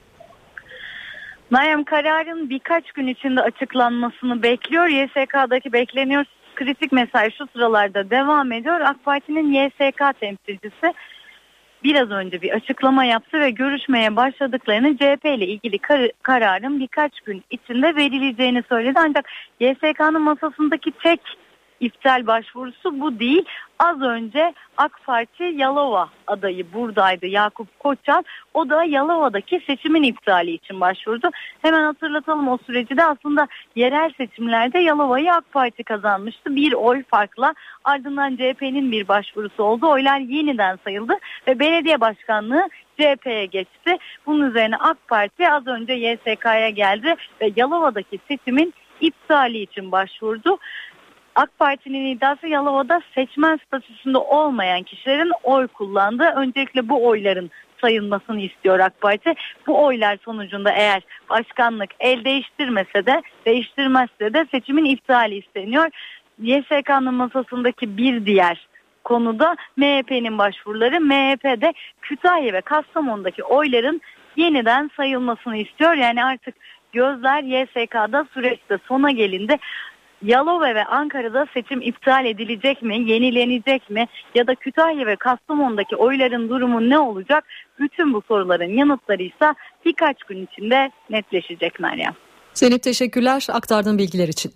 Meryem, kararın birkaç gün içinde açıklanmasını bekliyor. Y S K'daki bekleniyor kritik mesai şu sıralarda devam ediyor. AK Parti'nin Y S K temsilcisi biraz önce bir açıklama yaptı ve görüşmeye başladıklarını C H P ile ilgili kar- kararın birkaç gün içinde verileceğini söyledi. Ancak Y S K'nın masasındaki tek iptal başvurusu bu değil. Az önce AK Parti Yalova adayı buradaydı, Yakup Koçan. O da Yalova'daki seçimin iptali için başvurdu. Hemen hatırlatalım, o süreci de aslında yerel seçimlerde Yalova'yı AK Parti kazanmıştı. Bir oy farkla, ardından C H P'nin bir başvurusu oldu. Oylar yeniden sayıldı ve belediye başkanlığı C H P'ye geçti. Bunun üzerine AK Parti az önce Y S K'ya geldi ve Yalova'daki seçimin iptali için başvurdu. AK Parti'nin iddiası Yalova'da seçmen statüsünde olmayan kişilerin oy kullandığı. Öncelikle bu oyların sayılmasını istiyor AK Parti. Bu oylar sonucunda eğer başkanlık el değiştirmese de değiştirmezse de seçimin iptali isteniyor. Y S K'nın masasındaki bir diğer konuda M H P'nin başvuruları. M H P'de Kütahya ve Kastamonu'daki oyların yeniden sayılmasını istiyor. Yani artık gözler Y S K'da süreçte sona gelindi. Yalova ve Ankara'da seçim iptal edilecek mi, yenilenecek mi ya da Kütahya ve Kastamonu'daki oyların durumu ne olacak? Bütün bu soruların yanıtları ise birkaç gün içinde netleşecek Meryem. Zeynep teşekkürler aktardığın bilgiler için.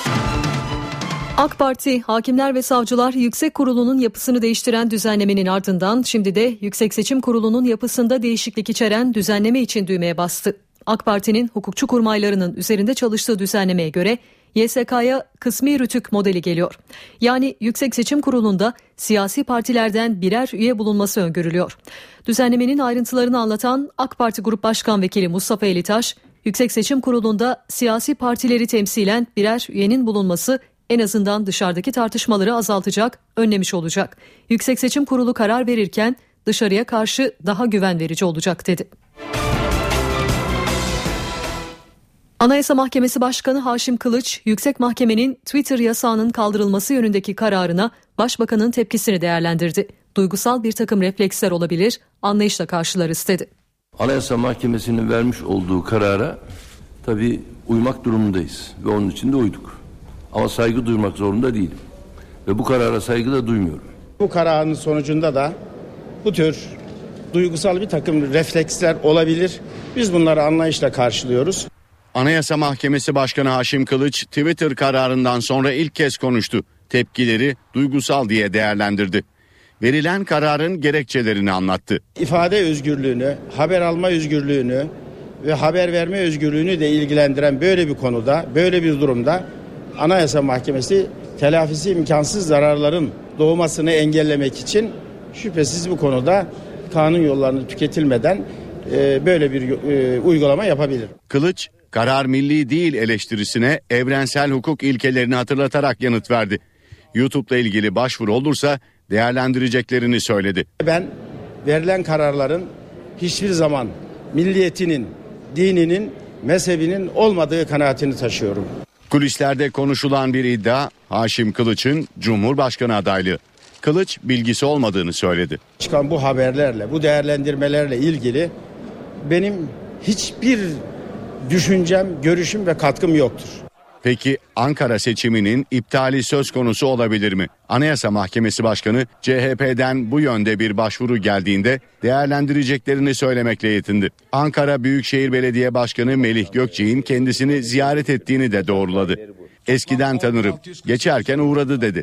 AK Parti, Hakimler ve Savcılar Yüksek Kurulu'nun yapısını değiştiren düzenlemenin ardından şimdi de Yüksek Seçim Kurulu'nun yapısında değişiklik içeren düzenleme için düğmeye bastı. AK Parti'nin hukukçu kurmaylarının üzerinde çalıştığı düzenlemeye göre Y S K'ya kısmi rütük modeli geliyor. Yani Yüksek Seçim Kurulu'nda siyasi partilerden birer üye bulunması öngörülüyor. Düzenlemenin ayrıntılarını anlatan AK Parti Grup Başkan Vekili Mustafa Elitaş, Yüksek Seçim Kurulu'nda siyasi partileri temsilen birer üyenin bulunması en azından dışarıdaki tartışmaları azaltacak, önlemiş olacak. Yüksek Seçim Kurulu karar verirken dışarıya karşı daha güven verici olacak dedi. Anayasa Mahkemesi Başkanı Haşim Kılıç, Yüksek Mahkemenin Twitter yasağının kaldırılması yönündeki kararına Başbakanın tepkisini değerlendirdi. Duygusal bir takım refleksler olabilir, anlayışla karşılarız dedi. Anayasa Mahkemesi'nin vermiş olduğu karara tabii uymak durumundayız ve onun için de uyduk. Ama saygı duymak zorunda değilim ve bu karara saygı da duymuyorum. Bu kararın sonucunda da bu tür duygusal bir takım refleksler olabilir. Biz bunları anlayışla karşılıyoruz. Anayasa Mahkemesi Başkanı Haşim Kılıç Twitter kararından sonra ilk kez konuştu. Tepkileri duygusal diye değerlendirdi. Verilen kararın gerekçelerini anlattı. İfade özgürlüğünü, haber alma özgürlüğünü ve haber verme özgürlüğünü de ilgilendiren böyle bir konuda, böyle bir durumda Anayasa Mahkemesi telafisi imkansız zararların doğmasını engellemek için şüphesiz bu konuda kanun yollarını tüketilmeden e, böyle bir e, uygulama yapabilir. Kılıç, karar milli değil eleştirisine evrensel hukuk ilkelerini hatırlatarak yanıt verdi. YouTube'la ilgili başvuru olursa değerlendireceklerini söyledi. Ben verilen kararların hiçbir zaman milliyetinin, dininin, mezhebinin olmadığı kanaatini taşıyorum. Kulislerde konuşulan bir iddia Haşim Kılıç'ın Cumhurbaşkanı adaylığı. Kılıç bilgisi olmadığını söyledi. Çıkan bu haberlerle, bu değerlendirmelerle ilgili benim hiçbir düşüncem, görüşüm ve katkım yoktur. Peki Ankara seçiminin iptali söz konusu olabilir mi? Anayasa Mahkemesi Başkanı C H P'den bu yönde bir başvuru geldiğinde değerlendireceklerini söylemekle yetindi. Ankara Büyükşehir Belediye Başkanı Melih Gökçek'in kendisini ziyaret ettiğini de doğruladı. Eskiden tanırım, geçerken uğradı dedi.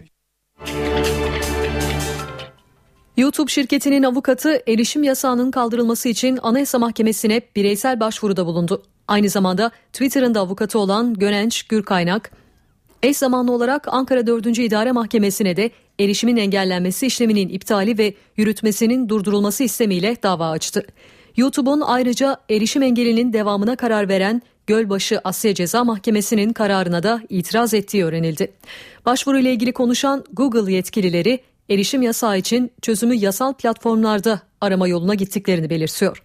YouTube şirketinin avukatı erişim yasağının kaldırılması için Anayasa Mahkemesi'ne bireysel başvuruda bulundu. Aynı zamanda Twitter'ın da avukatı olan Gönenç Gürkaynak, eş zamanlı olarak Ankara dördüncü İdare Mahkemesi'ne de erişimin engellenmesi işleminin iptali ve yürütmesinin durdurulması istemiyle dava açtı. YouTube'un ayrıca erişim engelinin devamına karar veren Gölbaşı Asya Ceza Mahkemesi'nin kararına da itiraz ettiği öğrenildi. Başvuruyla ilgili konuşan Google yetkilileri erişim yasağı için çözümü yasal platformlarda arama yoluna gittiklerini belirtiyor.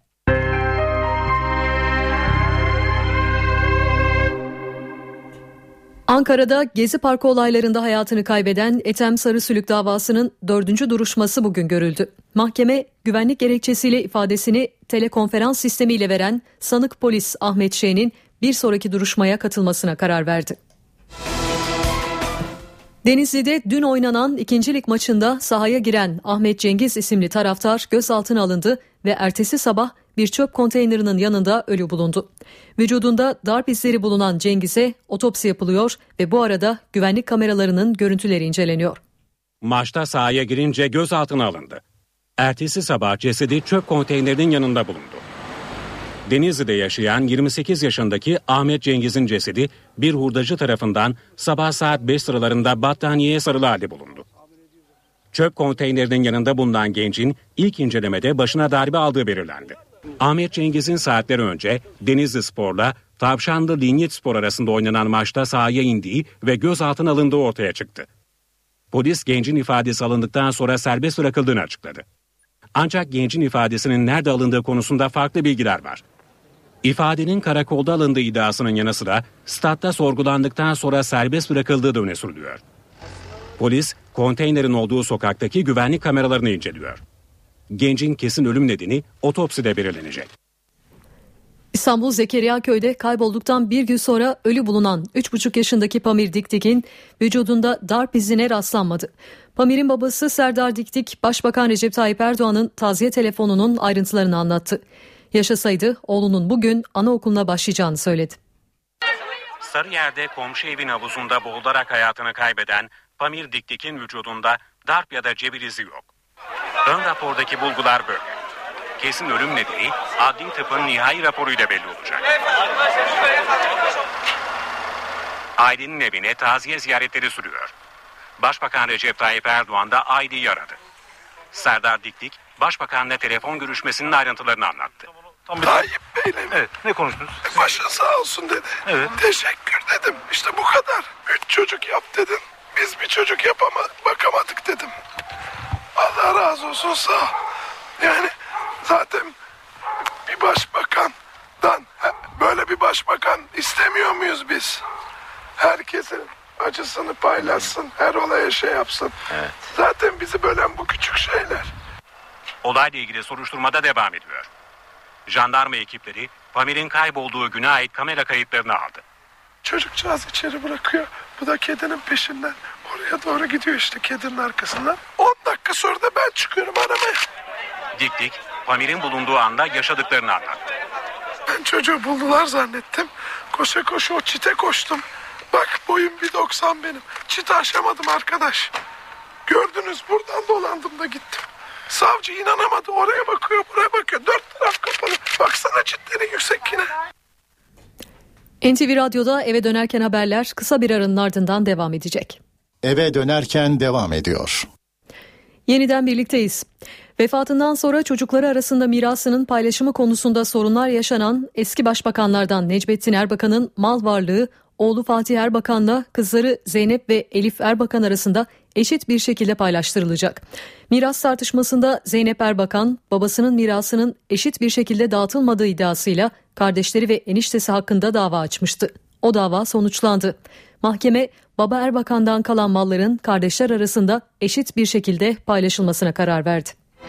Ankara'da Gezi Parkı olaylarında hayatını kaybeden Ethem Sarısülük davasının dördüncü duruşması bugün görüldü. Mahkeme güvenlik gerekçesiyle ifadesini telekonferans sistemiyle veren sanık polis Ahmet Şen'in bir sonraki duruşmaya katılmasına karar verdi. Denizli'de dün oynanan ikinci lig maçında sahaya giren Ahmet Cengiz isimli taraftar gözaltına alındı ve ertesi sabah bir çöp konteynerinin yanında ölü bulundu. Vücudunda darp izleri bulunan Cengiz'e otopsi yapılıyor ve bu arada güvenlik kameralarının görüntüleri inceleniyor. Maçta sahaya girince gözaltına alındı. Ertesi sabah cesedi çöp konteynerinin yanında bulundu. Denizli'de yaşayan yirmi sekiz yaşındaki Ahmet Cengiz'in cesedi bir hurdacı tarafından sabah saat beş sıralarında battaniyeye sarılı halde bulundu. Çöp konteynerinin yanında bulunan gencin ilk incelemede başına darbe aldığı belirlendi. Ahmet Cengiz'in saatler önce Denizli Spor'la Tavşanlı Linyitspor arasında oynanan maçta sahaya indiği ve gözaltına alındığı ortaya çıktı. Polis gencin ifadesi alındıktan sonra serbest bırakıldığını açıkladı. Ancak gencin ifadesinin nerede alındığı konusunda farklı bilgiler var. İfadenin karakolda alındığı iddiasının yanı sıra statta sorgulandıktan sonra serbest bırakıldığı da öne sürülüyor. Polis, konteynerin olduğu sokaktaki güvenlik kameralarını inceliyor. Gencin kesin ölüm nedeni otopside belirlenecek. İstanbul Zekeriyaköy'de kaybolduktan bir gün sonra ölü bulunan üç buçuk yaşındaki Pamir Dikdik'in vücudunda darp izine rastlanmadı. Pamir'in babası Serdar Dikdik, Başbakan Recep Tayyip Erdoğan'ın taziye telefonunun ayrıntılarını anlattı. Yaşasaydı oğlunun bugün anaokuluna başlayacağını söyledi. Sarıyer'de komşu evin havuzunda boğularak hayatını kaybeden Pamir Dikdik'in vücudunda darp ya da cebir izi yok. Ön rapordaki bulgular böyle. Kesin ölüm nedeni adli tıpın nihai raporuyla belli olacak. Ailenin evine taziye ziyaretleri sürüyor. Başbakan Recep Tayyip Erdoğan da aileyi aradı. Serdar Dikdik, Başbakan'la telefon görüşmesinin ayrıntılarını anlattı. Tayyip Bey'le mi? Evet, ne konuştunuz? E, başın sağ olsun dedi. Evet. Teşekkür dedim. İşte bu kadar. Üç çocuk yap dedin. Biz bir çocuk yapamadık, bakamadık dedim. Allah razı olsun, sağ ol. Yani zaten bir başbakandan böyle bir başbakan istemiyor muyuz biz? Herkesin acısını paylaşsın, her olaya şey yapsın. Evet. Zaten bizi bölen bu küçük şeyler. Olayla ilgili soruşturmada devam ediyor. Jandarma ekipleri Pamir'in kaybolduğu güne ait kamera kayıtlarını aldı. Çocukcağız içeri bırakıyor. Bu da kedinin peşinden oraya doğru gidiyor işte, kedinin arkasından. on dakika sonra da ben çıkıyorum aramaya. Dikdik, Pamir'in bulunduğu anda yaşadıklarını anlattı. Ben çocuğu buldular zannettim. Koşa koşa o çite koştum. Bak boyum bir doksan benim. Çite aşamadım arkadaş. Gördünüz, buradan dolandım da gittim. Savcı inanamadı, oraya bakıyor buraya bakıyor. Dört taraf kapalı. Baksana çitlerin yüksek yine. N T V Radyo'da eve dönerken haberler kısa bir aranın ardından devam edecek. Eve dönerken devam ediyor. Yeniden birlikteyiz. Vefatından sonra çocukları arasında mirasının paylaşımı konusunda sorunlar yaşanan eski başbakanlardan Necmettin Erbakan'ın mal varlığı oğlu Fatih Erbakan'la kızları Zeynep ve Elif Erbakan arasında eşit bir şekilde paylaştırılacak. Miras tartışmasında Zeynep Erbakan, babasının mirasının eşit bir şekilde dağıtılmadığı iddiasıyla kardeşleri ve eniştesi hakkında dava açmıştı. O dava sonuçlandı. Mahkeme, baba Erbakan'dan kalan malların kardeşler arasında eşit bir şekilde paylaşılmasına karar verdi.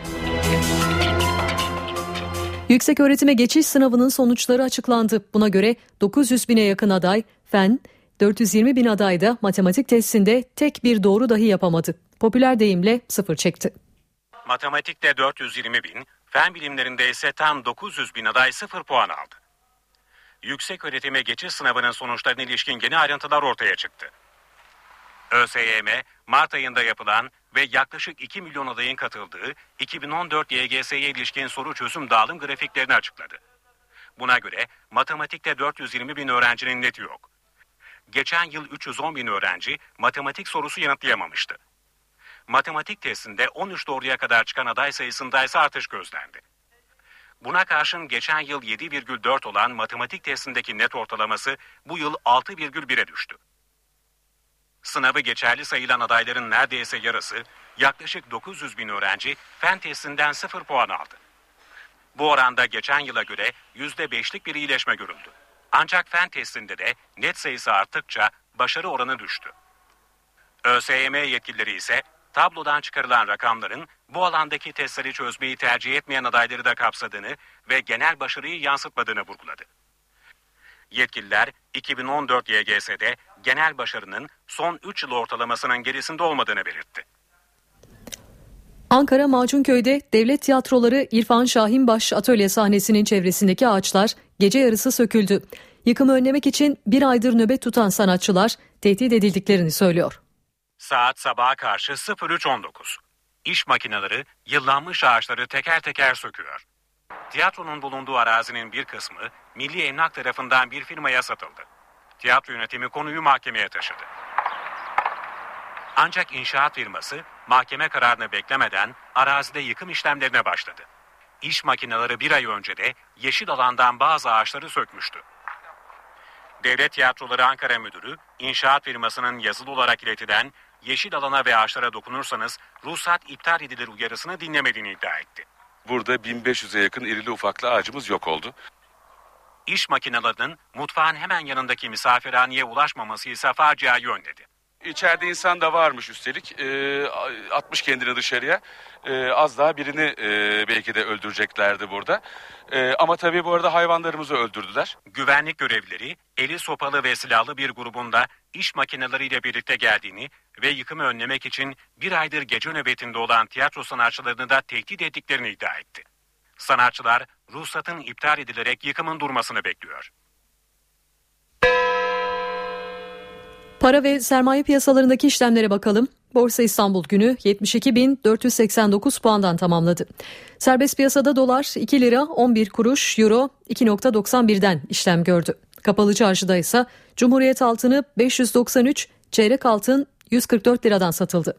Yükseköğretime geçiş sınavının sonuçları açıklandı. Buna göre dokuz yüz bine yakın aday fen, dört yüz yirmi bin aday da matematik testinde tek bir doğru dahi yapamadı. Popüler deyimle sıfır çekti. Matematikte dört yüz yirmi bin, fen bilimlerinde ise tam dokuz yüz bin aday sıfır puan aldı. Yükseköğretime geçiş sınavının sonuçlarına ilişkin yeni ayrıntılar ortaya çıktı. ÖSYM, Mart ayında yapılan ve yaklaşık iki milyon adayın katıldığı iki bin on dört Y G S'ye ilişkin soru çözüm dağılım grafiklerini açıkladı. Buna göre matematikte dört yüz yirmi bin öğrencinin neti yok. Geçen yıl üç yüz on bin öğrenci matematik sorusu yanıtlayamamıştı. Matematik testinde on üç doğruya kadar çıkan aday sayısında ise artış gözlendi. Buna karşın geçen yıl yedi virgül dört olan matematik testindeki net ortalaması bu yıl altı virgül bire düştü. Sınavı geçerli sayılan adayların neredeyse yarısı, yaklaşık dokuz yüz bin öğrenci fen testinden sıfır puan aldı. Bu oranda geçen yıla göre yüzde beşlik bir iyileşme görüldü. Ancak fen testinde de net sayısı arttıkça başarı oranı düştü. ÖSYM yetkilileri ise tablodan çıkarılan rakamların bu alandaki testleri çözmeyi tercih etmeyen adayları da kapsadığını ve genel başarıyı yansıtmadığını vurguladı. Yetkililer iki bin on dört Y G S'de genel başarının son üç yıl ortalamasının gerisinde olmadığını belirtti. Ankara Macunköy'de Devlet Tiyatroları İrfan Şahinbaş atölye sahnesinin çevresindeki ağaçlar gece yarısı söküldü. Yıkımı önlemek için bir aydır nöbet tutan sanatçılar tehdit edildiklerini söylüyor. Saat sabaha karşı sıfır üç on dokuz. İş makineleri yıllanmış ağaçları teker teker söküyor. Tiyatronun bulunduğu arazinin bir kısmı Milli Emlak tarafından bir firmaya satıldı. Tiyatro yönetimi konuyu mahkemeye taşıdı. Ancak inşaat firması mahkeme kararını beklemeden arazide yıkım işlemlerine başladı. İş makineleri bir ay önce de yeşil alandan bazı ağaçları sökmüştü. Devlet Tiyatroları Ankara Müdürü, inşaat firmasının yazılı olarak iletilen yeşil alana ve ağaçlara dokunursanız ruhsat iptal edilir uyarısını dinlemediğini iddia etti. Burada bin beş yüze yakın irili ufaklı ağacımız yok oldu. İş makinelerinin mutfağın hemen yanındaki misafirhaneye ulaşmaması ise faciayı önledi. İçeride insan da varmış üstelik. E, atmış kendini dışarıya. E, az daha birini e, belki de öldüreceklerdi burada. E, ama tabii bu arada hayvanlarımızı öldürdüler. Güvenlik görevlileri eli sopalı ve silahlı bir grubunda iş makineleriyle birlikte geldiğini ve yıkımı önlemek için bir aydır gece nöbetinde olan tiyatro sanatçılarını da tehdit ettiklerini iddia etti. Sanatçılar ruhsatın iptal edilerek yıkımın durmasını bekliyor. Para ve sermaye piyasalarındaki işlemlere bakalım. Borsa İstanbul günü yetmiş iki bin dört yüz seksen dokuz puandan tamamladı. Serbest piyasada dolar iki lira on bir kuruş, euro iki virgül doksan birden işlem gördü. Kapalı çarşıda ise Cumhuriyet altını beş yüz doksan üç, çeyrek altın yüz kırk dört liradan satıldı.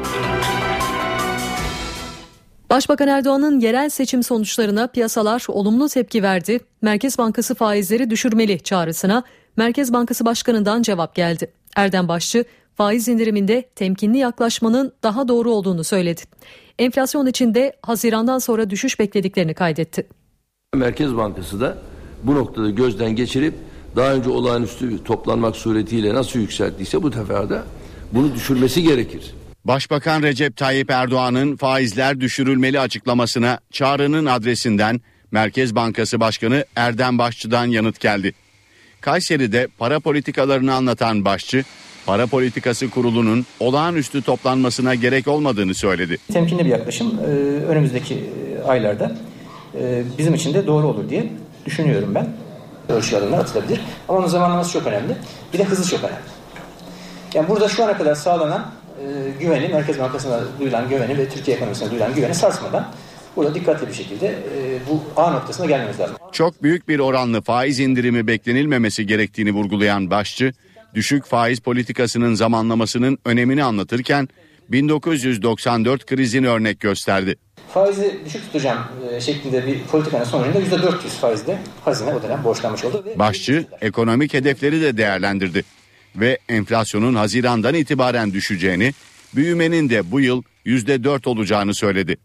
Başbakan Erdoğan'ın yerel seçim sonuçlarına piyasalar olumlu tepki verdi. Merkez Bankası faizleri düşürmeli çağrısına Merkez Bankası Başkanı'ndan cevap geldi. Erdem Başçı, faiz indiriminde temkinli yaklaşmanın daha doğru olduğunu söyledi. Enflasyon için de Haziran'dan sonra düşüş beklediklerini kaydetti. Merkez Bankası da bu noktada gözden geçirip daha önce olağanüstü toplanmak suretiyle nasıl yükselttiyse bu sefer de bunu düşürmesi gerekir. Başbakan Recep Tayyip Erdoğan'ın faizler düşürülmeli açıklamasına çağrının adresinden Merkez Bankası Başkanı Erdem Başçı'dan yanıt geldi. Kayseri'de para politikalarını anlatan Başçı, Para Politikası Kurulu'nun olağanüstü toplanmasına gerek olmadığını söyledi. Temkinli bir yaklaşım önümüzdeki aylarda bizim için de doğru olur diye düşünüyorum ben. Ölçü adımlar atılabilir ama onun zamanlaması çok önemli. Bir de hızı çok önemli. Yani burada şu ana kadar sağlanan güveni, Merkez Bankası'na duyulan güveni ve Türkiye ekonomisine duyulan güveni sarsmadan burada dikkatli bir şekilde e, bu A noktasına gelmemiz lazım. Çok büyük bir oranlı faiz indirimi beklenilmemesi gerektiğini vurgulayan Başçı, düşük faiz politikasının zamanlamasının önemini anlatırken bin dokuz yüz doksan dört krizini örnek gösterdi. Faizi düşük tutacağım e, şeklinde bir politikanın sonucunda yüzde dört yüz faizde hazine o dönem borçlanmış oldu. Ve Başçı ekonomik hedefleri de değerlendirdi ve enflasyonun Haziran'dan itibaren düşeceğini, büyümenin de bu yıl yüzde dört olacağını söyledi.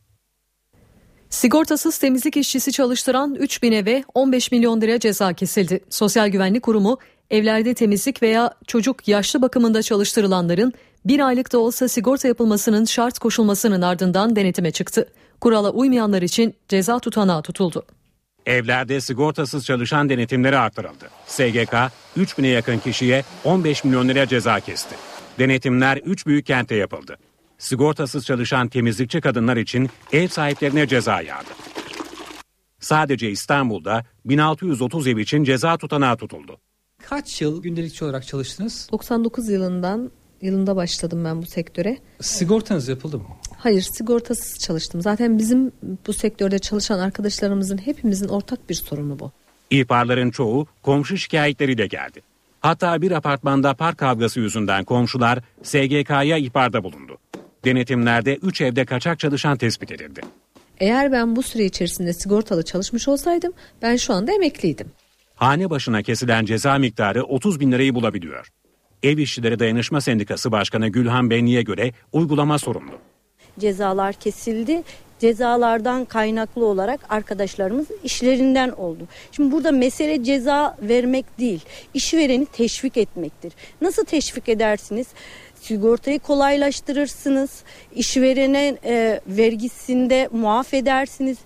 Sigortasız temizlik işçisi çalıştıran üç bin eve on beş milyon lira ceza kesildi. Sosyal Güvenlik Kurumu evlerde temizlik veya çocuk yaşlı bakımında çalıştırılanların bir aylık da olsa sigorta yapılmasının şart koşulmasının ardından denetime çıktı. Kurala uymayanlar için ceza tutanağı tutuldu. Evlerde sigortasız çalışan denetimleri artırıldı. S G K üç bine yakın kişiye on beş milyon lira ceza kesti. Denetimler üç büyük kentte yapıldı. Sigortasız çalışan temizlikçi kadınlar için ev sahiplerine ceza yağdı. Sadece İstanbul'da bin altı yüz otuz ev için ceza tutanağı tutuldu. Kaç yıl gündelikçi olarak çalıştınız? doksan dokuz yılından yılında başladım ben bu sektöre. Sigortanız yapıldı mı? Hayır, sigortasız çalıştım. Zaten bizim bu sektörde çalışan arkadaşlarımızın hepimizin ortak bir sorunu bu. İhbarların çoğu komşu şikayetleriyle geldi. Hatta bir apartmanda park kavgası yüzünden komşular S G K'ya ihbarda bulundu. Denetimlerde üç evde kaçak çalışan tespit edildi. Eğer ben bu süre içerisinde sigortalı çalışmış olsaydım ben şu anda emekliydim. Hane başına kesilen ceza miktarı otuz bin lirayı bulabiliyor. Ev İşçileri Dayanışma Sendikası Başkanı Gülhan Benli'ye göre uygulama sorumlu. Cezalar kesildi. Cezalardan kaynaklı olarak arkadaşlarımız işlerinden oldu. Şimdi burada mesele ceza vermek değil, işvereni teşvik etmektir. Nasıl teşvik edersiniz? Sigortayı kolaylaştırırsınız, işverene e, vergisinde muaf edersiniz.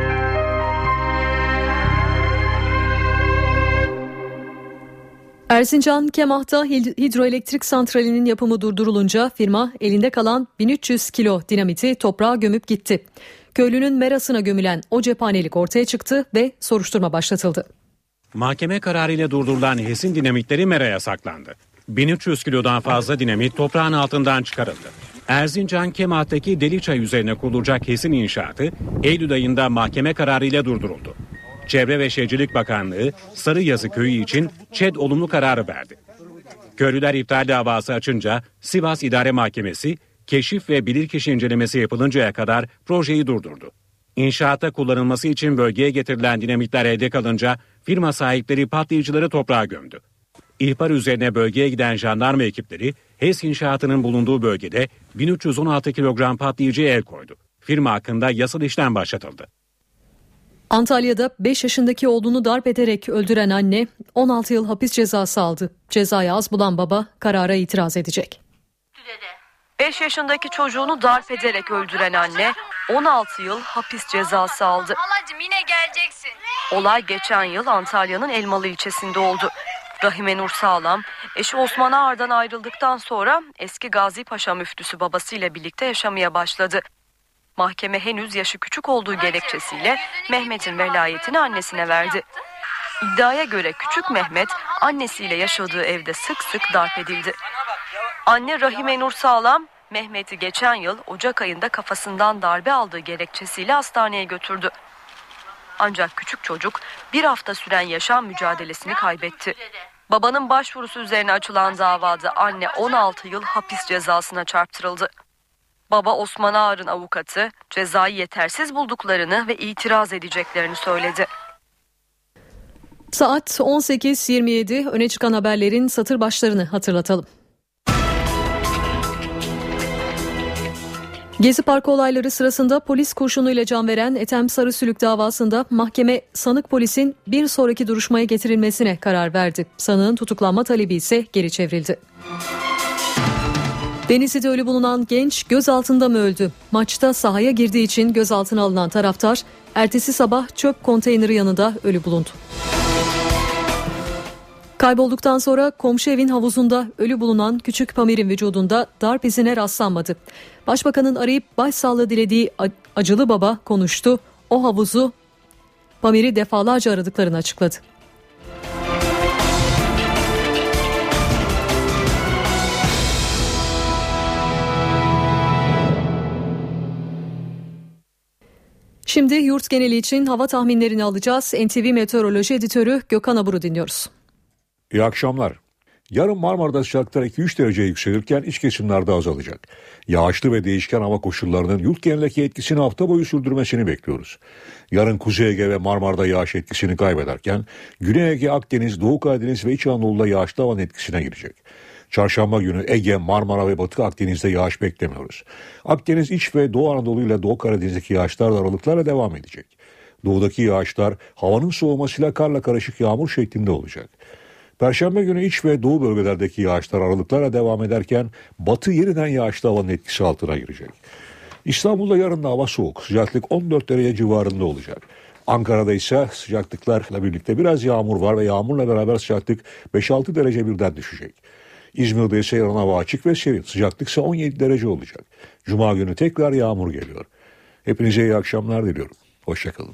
Erzincan Kemah'ta hidroelektrik santralinin yapımı durdurulunca firma elinde kalan bin üç yüz kilo dinamiti toprağa gömüp gitti. Köylünün merasına gömülen o cephanelik ortaya çıktı ve soruşturma başlatıldı. Mahkeme kararıyla durdurulan HES'in dinamitleri meraya saklandı. bin üç yüz kilodan fazla dinamit toprağın altından çıkarıldı. Erzincan Kemah'taki Deliçay üzerine kurulacak HES'in inşaatı Eylül ayında mahkeme kararıyla durduruldu. Çevre ve Şehircilik Bakanlığı Sarıyazı köyü için ÇED olumlu kararı verdi. Köylüler iptal davası açınca Sivas İdare Mahkemesi keşif ve bilirkişi incelemesi yapılıncaya kadar projeyi durdurdu. İnşaata kullanılması için bölgeye getirilen dinamitler elde kalınca firma sahipleri patlayıcıları toprağa gömdü. İhbar üzerine bölgeye giden jandarma ekipleri HES inşaatının bulunduğu bölgede bin üç yüz on altı kilogram patlayıcıya el koydu. Firma hakkında yasal işlem başlatıldı. Antalya'da beş yaşındaki oğlunu darp ederek öldüren anne on altı yıl hapis cezası aldı. Cezayı az bulan baba karara itiraz edecek. beş yaşındaki çocuğunu darp ederek öldüren anne on altı yıl hapis cezası aldı. Halacığım yine geleceksin. Olay geçen yıl Antalya'nın Elmalı ilçesinde oldu. Rahime Nur Sağlam, eşi Osman Ağar'dan ayrıldıktan sonra eski Gazi Paşa müftüsü babasıyla birlikte yaşamaya başladı. Mahkeme henüz yaşı küçük olduğu gerekçesiyle Mehmet'in velayetini annesine verdi. İddiaya göre küçük Mehmet annesiyle yaşadığı evde sık sık darp edildi. Anne Rahime Nur Sağlam, Mehmet'i geçen yıl Ocak ayında kafasından darbe aldığı gerekçesiyle hastaneye götürdü. Ancak küçük çocuk bir hafta süren yaşam mücadelesini kaybetti. Babanın başvurusu üzerine açılan davada anne on altı yıl hapis cezasına çarptırıldı. Baba Osman Ağar'ın avukatı cezayı yetersiz bulduklarını ve itiraz edeceklerini söyledi. Saat on sekiz yirmi yedi, öne çıkan haberlerin satır başlarını hatırlatalım. Gezi Parkı olayları sırasında polis kurşunuyla can veren Ethem Sarısülük davasında mahkeme sanık polisin bir sonraki duruşmaya getirilmesine karar verdi. Sanığın tutuklanma talebi ise geri çevrildi. Denizli'de ölü bulunan genç gözaltında mı öldü? Maçta sahaya girdiği için gözaltına alınan taraftar ertesi sabah çöp konteyneri yanında ölü bulundu. Kaybolduktan sonra komşu evin havuzunda ölü bulunan küçük Pamir'in vücudunda darp izine rastlanmadı. Başbakanın arayıp başsağlığı dilediği acılı baba konuştu. O havuzu Pamir'i defalarca aradıklarını açıkladı. Şimdi yurt geneli için hava tahminlerini alacağız. N T V Meteoroloji Editörü Gökhan Abur'u dinliyoruz. İyi akşamlar. Yarın Marmara'da sıcaklıklar iki üç derece yükselirken iç kesimlerde azalacak. Yağışlı ve değişken hava koşullarının yurt genelindeki etkisini hafta boyu sürdürmesini bekliyoruz. Yarın Kuzey Ege ve Marmara'da yağış etkisini kaybederken Güney Ege, Akdeniz, Doğu Karadeniz ve İç Anadolu'da yağışlı havanın etkisine girecek. Çarşamba günü Ege, Marmara ve Batı Akdeniz'de yağış beklemiyoruz. Akdeniz, İç ve Doğu Anadolu ile Doğu Karadeniz'deki yağışlar da aralıklarla devam edecek. Doğudaki yağışlar havanın soğumasıyla karla karışık yağmur şeklinde olacak. Perşembe günü iç ve doğu bölgelerdeki yağışlar aralıklarla devam ederken batı yeniden yağışlı havanın etkisi altına girecek. İstanbul'da yarın da hava soğuk. Sıcaklık on dört derece civarında olacak. Ankara'da ise sıcaklıklarla birlikte biraz yağmur var ve yağmurla beraber sıcaklık beş altı derece birden düşecek. İzmir'de ise yarın hava açık ve serin. Sıcaklık ise on yedi derece olacak. Cuma günü tekrar yağmur geliyor. Hepinize iyi akşamlar diliyorum. Hoşçakalın.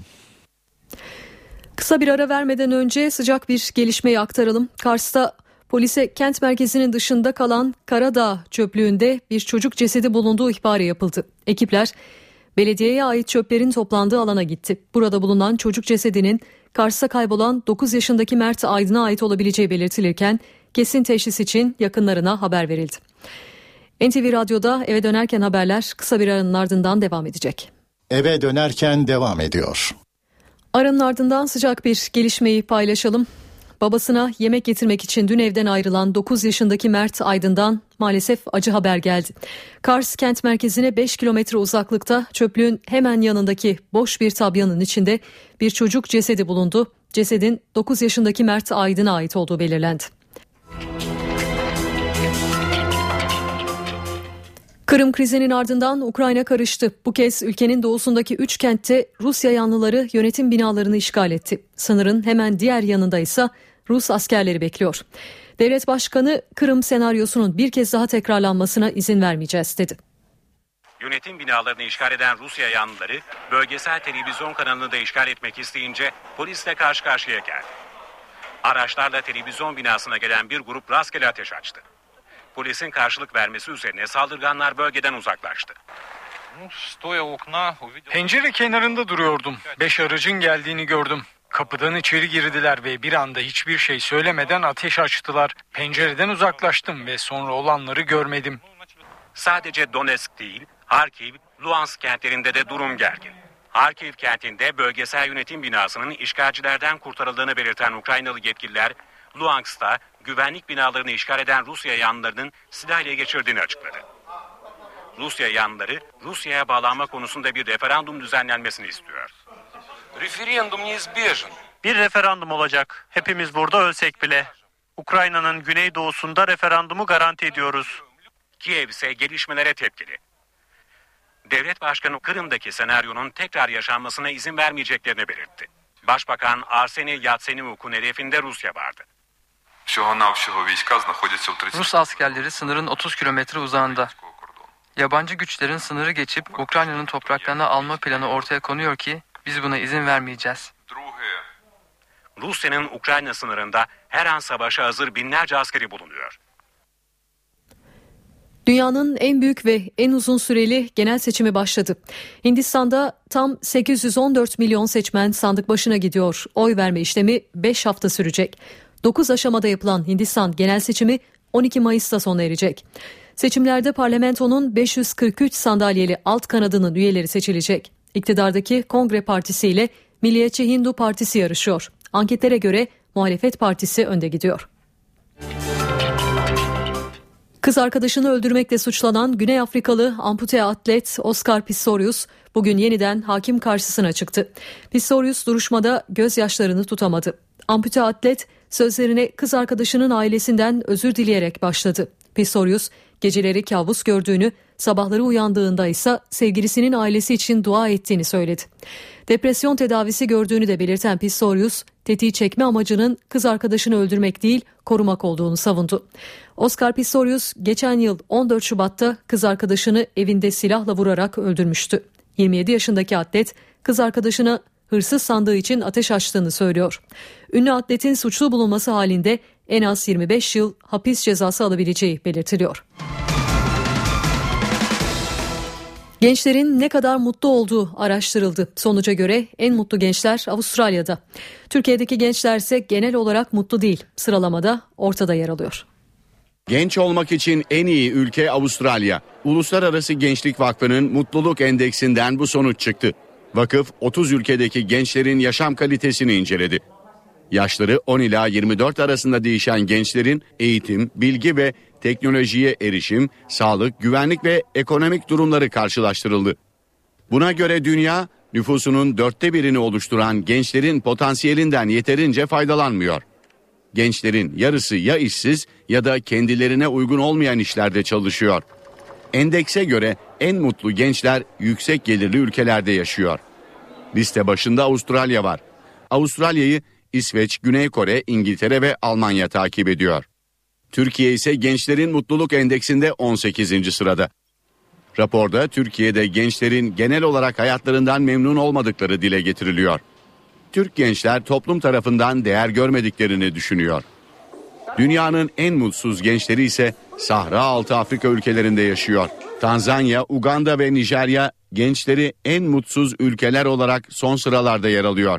Kısa bir ara vermeden önce sıcak bir gelişmeyi aktaralım. Kars'ta polise kent merkezinin dışında kalan Karadağ çöplüğünde bir çocuk cesedi bulunduğu ihbarı yapıldı. Ekipler belediyeye ait çöplerin toplandığı alana gitti. Burada bulunan çocuk cesedinin Kars'ta kaybolan dokuz yaşındaki Mert Aydın'a ait olabileceği belirtilirken kesin teşhis için yakınlarına haber verildi. N T V Radyo'da eve dönerken haberler kısa bir aranın ardından devam edecek. Eve dönerken devam ediyor. Aranın ardından sıcak bir gelişmeyi paylaşalım. Babasına yemek getirmek için dün evden ayrılan dokuz yaşındaki Mert Aydın'dan maalesef acı haber geldi. Kars kent merkezine beş kilometre uzaklıkta çöplüğün hemen yanındaki boş bir tabyanın içinde bir çocuk cesedi bulundu. Cesedin dokuz yaşındaki Mert Aydın'a ait olduğu belirlendi. Kırım krizinin ardından Ukrayna karıştı. Bu kez ülkenin doğusundaki üç kentte Rusya yanlıları yönetim binalarını işgal etti. Sınırın hemen diğer yanında ise Rus askerleri bekliyor. Devlet Başkanı Kırım senaryosunun bir kez daha tekrarlanmasına izin vermeyeceğiz dedi. Yönetim binalarını işgal eden Rusya yanlıları bölgesel televizyon kanalını da işgal etmek isteyince polisle karşı karşıya geldi. Araçlarla televizyon binasına gelen bir grup rastgele ateş açtı. Polisin karşılık vermesi üzerine saldırganlar bölgeden uzaklaştı. Pencere kenarında duruyordum. Beş aracın geldiğini gördüm. Kapıdan içeri girdiler ve bir anda hiçbir şey söylemeden ateş açtılar. Pencereden uzaklaştım ve sonra olanları görmedim. Sadece Donetsk değil, Harkiv, Luhansk kentlerinde de durum gergin. Harkiv kentinde bölgesel yönetim binasının işgalcilerden kurtarıldığını belirten Ukraynalı yetkililer, Luhansk'ta güvenlik binalarını işgal eden Rusya yanlılarının silah ile geçirdiğini açıkladı. Rusya yanlıları Rusya'ya bağlanma konusunda bir referandum düzenlenmesini istiyor. Referandum neizbежен. Bir referandum olacak. Hepimiz burada ölsek bile. Ukrayna'nın güneydoğusunda referandumu garanti ediyoruz. Kiev ise gelişmelere tepkili. Devlet Başkanı Kırım'daki senaryonun tekrar yaşanmasına izin vermeyeceklerini belirtti. Başbakan Arseniy Yatsenyuk'un hedefinde Rusya vardı. Rus askerleri sınırın otuz kilometre uzağında. Yabancı güçlerin sınırı geçip Ukrayna'nın topraklarını alma planı ortaya konuyor ki biz buna izin vermeyeceğiz. Rusya'nın Ukrayna sınırında her an savaşa hazır binlerce askeri bulunuyor. Dünyanın en büyük ve en uzun süreli genel seçimi başladı. Hindistan'da tam sekiz yüz on dört milyon seçmen sandık başına gidiyor. Oy verme işlemi beş hafta sürecek. dokuz aşamada yapılan Hindistan genel seçimi on iki Mayıs'ta sona erecek. Seçimlerde parlamentonun beş yüz kırk üç sandalyeli alt kanadının üyeleri seçilecek. İktidardaki Kongre Partisi ile Milliyetçi Hindu Partisi yarışıyor. Anketlere göre muhalefet partisi önde gidiyor. Kız arkadaşını öldürmekle suçlanan Güney Afrikalı ampute atlet Oscar Pistorius bugün yeniden hakim karşısına çıktı. Pistorius duruşmada gözyaşlarını tutamadı. Ampute atlet sözlerine kız arkadaşının ailesinden özür dileyerek başladı. Pistorius geceleri kabus gördüğünü, sabahları uyandığında ise sevgilisinin ailesi için dua ettiğini söyledi. Depresyon tedavisi gördüğünü de belirten Pistorius, tetiği çekme amacının kız arkadaşını öldürmek değil, korumak olduğunu savundu. Oscar Pistorius geçen yıl on dört Şubat'ta kız arkadaşını evinde silahla vurarak öldürmüştü. yirmi yedi yaşındaki atlet kız arkadaşına hırsız sandığı için ateş açtığını söylüyor. Ünlü atletin suçlu bulunması halinde en az yirmi beş yıl hapis cezası alabileceği belirtiliyor. Gençlerin ne kadar mutlu olduğu araştırıldı. Sonuca göre en mutlu gençler Avustralya'da. Türkiye'deki gençler ise genel olarak mutlu değil. Sıralamada ortada yer alıyor. Genç olmak için en iyi ülke Avustralya. Uluslararası Gençlik Vakfı'nın mutluluk endeksinden bu sonuç çıktı. Vakıf otuz ülkedeki gençlerin yaşam kalitesini inceledi. Yaşları on ila yirmi dört arasında değişen gençlerin eğitim, bilgi ve teknolojiye erişim, sağlık, güvenlik ve ekonomik durumları karşılaştırıldı. Buna göre dünya nüfusunun dörtte birini oluşturan gençlerin potansiyelinden yeterince faydalanmıyor. Gençlerin yarısı ya işsiz ya da kendilerine uygun olmayan işlerde çalışıyor. Endekse göre en mutlu gençler yüksek gelirli ülkelerde yaşıyor. Liste başında Avustralya var. Avustralya'yı İsveç, Güney Kore, İngiltere ve Almanya takip ediyor. Türkiye ise gençlerin mutluluk endeksinde on sekizinci sırada. Raporda Türkiye'de gençlerin genel olarak hayatlarından memnun olmadıkları dile getiriliyor. Türk gençler toplum tarafından değer görmediklerini düşünüyor. Dünyanın en mutsuz gençleri ise Sahra Altı Afrika ülkelerinde yaşıyor. Tanzanya, Uganda ve Nijerya gençleri en mutsuz ülkeler olarak son sıralarda yer alıyor.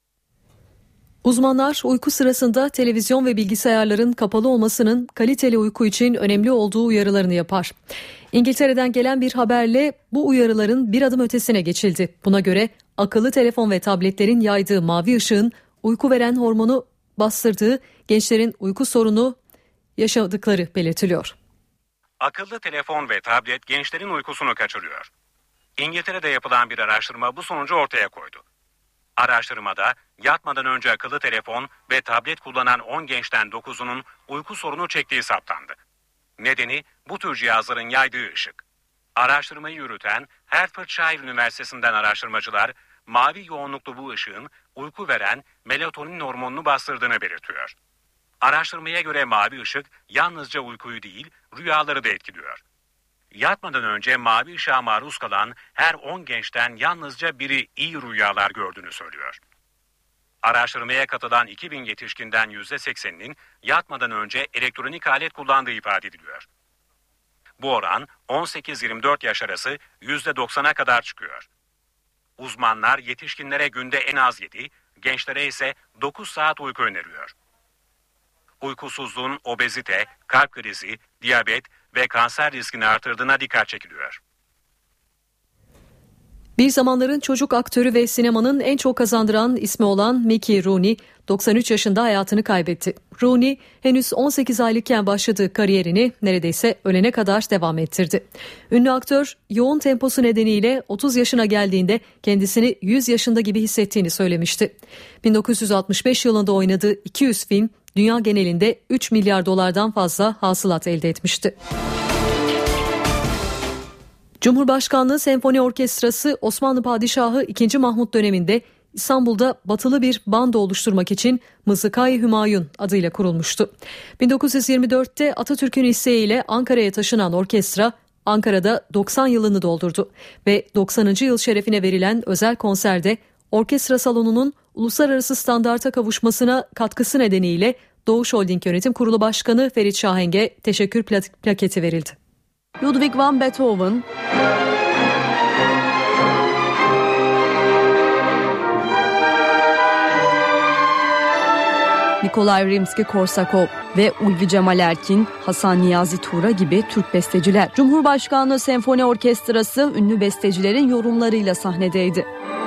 Uzmanlar uyku sırasında televizyon ve bilgisayarların kapalı olmasının kaliteli uyku için önemli olduğu uyarılarını yapar. İngiltere'den gelen bir haberle bu uyarıların bir adım ötesine geçildi. Buna göre akıllı telefon ve tabletlerin yaydığı mavi ışığın uyku veren hormonu bastırdığı gençlerin uyku sorunu yaşadıkları belirtiliyor. Akıllı telefon ve tablet gençlerin uykusunu kaçırıyor. İngiltere'de yapılan bir araştırma bu sonucu ortaya koydu. Araştırmada yatmadan önce akıllı telefon ve tablet kullanan on gençten dokuzunun uyku sorunu çektiği saptandı. Nedeni bu tür cihazların yaydığı ışık. Araştırmayı yürüten Hertfordshire Üniversitesi'nden araştırmacılar mavi yoğunluklu bu ışığın uyku veren melatonin hormonunu bastırdığını belirtiyor. Araştırmaya göre mavi ışık yalnızca uykuyu değil rüyaları da etkiliyor. Yatmadan önce mavi ışığa maruz kalan her on gençten yalnızca biri iyi rüyalar gördüğünü söylüyor. Araştırmaya katılan iki bin yetişkinden yüzde sekseninin yatmadan önce elektronik alet kullandığı ifade ediliyor. Bu oran on sekiz yirmi dört yaş arası yüzde doksana kadar çıkıyor. Uzmanlar yetişkinlere günde en az yedi, gençlere ise dokuz saat uyku öneriyor. Uykusuzluğun obezite, kalp krizi, diyabet ve kanser riskini artırdığına dikkat çekiliyor. Bir zamanların çocuk aktörü ve sinemanın en çok kazandıran ismi olan Mickey Rooney doksan üç yaşında hayatını kaybetti. Rooney henüz on sekiz aylıkken başladığı kariyerini neredeyse ölene kadar devam ettirdi. Ünlü aktör yoğun temposu nedeniyle otuz yaşına geldiğinde kendisini yüz yaşında gibi hissettiğini söylemişti. bin dokuz yüz altmış beş yılında oynadığı iki yüz film dünya genelinde üç milyar dolardan fazla hasılat elde etmişti. Cumhurbaşkanlığı Senfoni Orkestrası Osmanlı Padişahı ikinci. Mahmut döneminde İstanbul'da batılı bir bando oluşturmak için Mızıkay Hümayun adıyla kurulmuştu. bin dokuz yüz yirmi dörtte Atatürk'ün isteğiyle Ankara'ya taşınan orkestra Ankara'da doksan yılını doldurdu ve doksanıncı yıl şerefine verilen özel konserde orkestra salonunun uluslararası standarta kavuşmasına katkısı nedeniyle Doğuş Holding Yönetim Kurulu Başkanı Ferit Şaheng'e teşekkür plaketi verildi. Ludwig van Beethoven, Nikolay Rimski-Korsakov ve Ulvi Cemal Erkin, Hasan Niyazi Tura gibi Türk besteciler. Cumhurbaşkanlığı Senfoni Orkestrası ünlü bestecilerin yorumlarıyla sahnedeydi.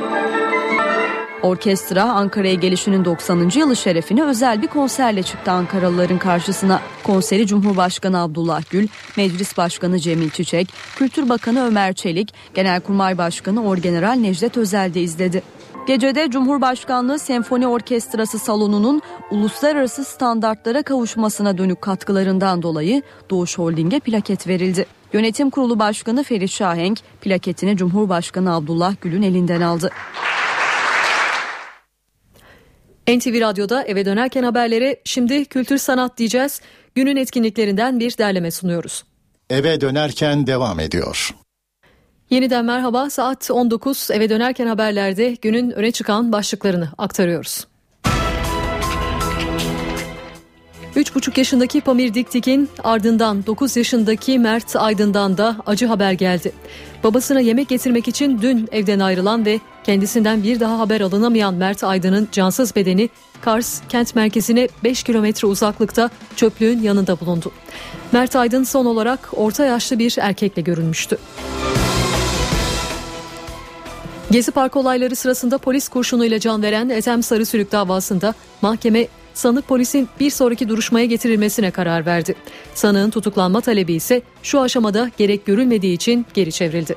Orkestra Ankara'ya gelişinin doksanıncı yılı şerefine özel bir konserle çıktı Ankaralıların karşısına. Konseri Cumhurbaşkanı Abdullah Gül, Meclis Başkanı Cemil Çiçek, Kültür Bakanı Ömer Çelik, Genelkurmay Başkanı Orgeneral Necdet Özel de izledi. Gecede Cumhurbaşkanlığı Senfoni Orkestrası salonunun uluslararası standartlara kavuşmasına dönük katkılarından dolayı Doğuş Holding'e plaket verildi. Yönetim Kurulu Başkanı Ferit Şahenk plaketini Cumhurbaşkanı Abdullah Gül'ün elinden aldı. N T V Radyo'da eve dönerken haberlere şimdi kültür sanat diyeceğiz. Günün etkinliklerinden bir derleme sunuyoruz. Eve dönerken devam ediyor. Yeniden merhaba, saat on dokuz. Eve dönerken haberlerde günün öne çıkan başlıklarını aktarıyoruz. üç buçuk yaşındaki Pamir Dikdik'in ardından dokuz yaşındaki Mert Aydın'dan da acı haber geldi. Babasına yemek getirmek için dün evden ayrılan ve kendisinden bir daha haber alınamayan Mert Aydın'ın cansız bedeni Kars kent merkezine beş kilometre uzaklıkta çöplüğün yanında bulundu. Mert Aydın son olarak orta yaşlı bir erkekle görülmüştü. Gezi Park olayları sırasında polis kurşunuyla can veren Ethem Sarısülük davasında mahkeme sanık polisin bir sonraki duruşmaya getirilmesine karar verdi. Sanığın tutuklanma talebi ise şu aşamada gerek görülmediği için geri çevrildi.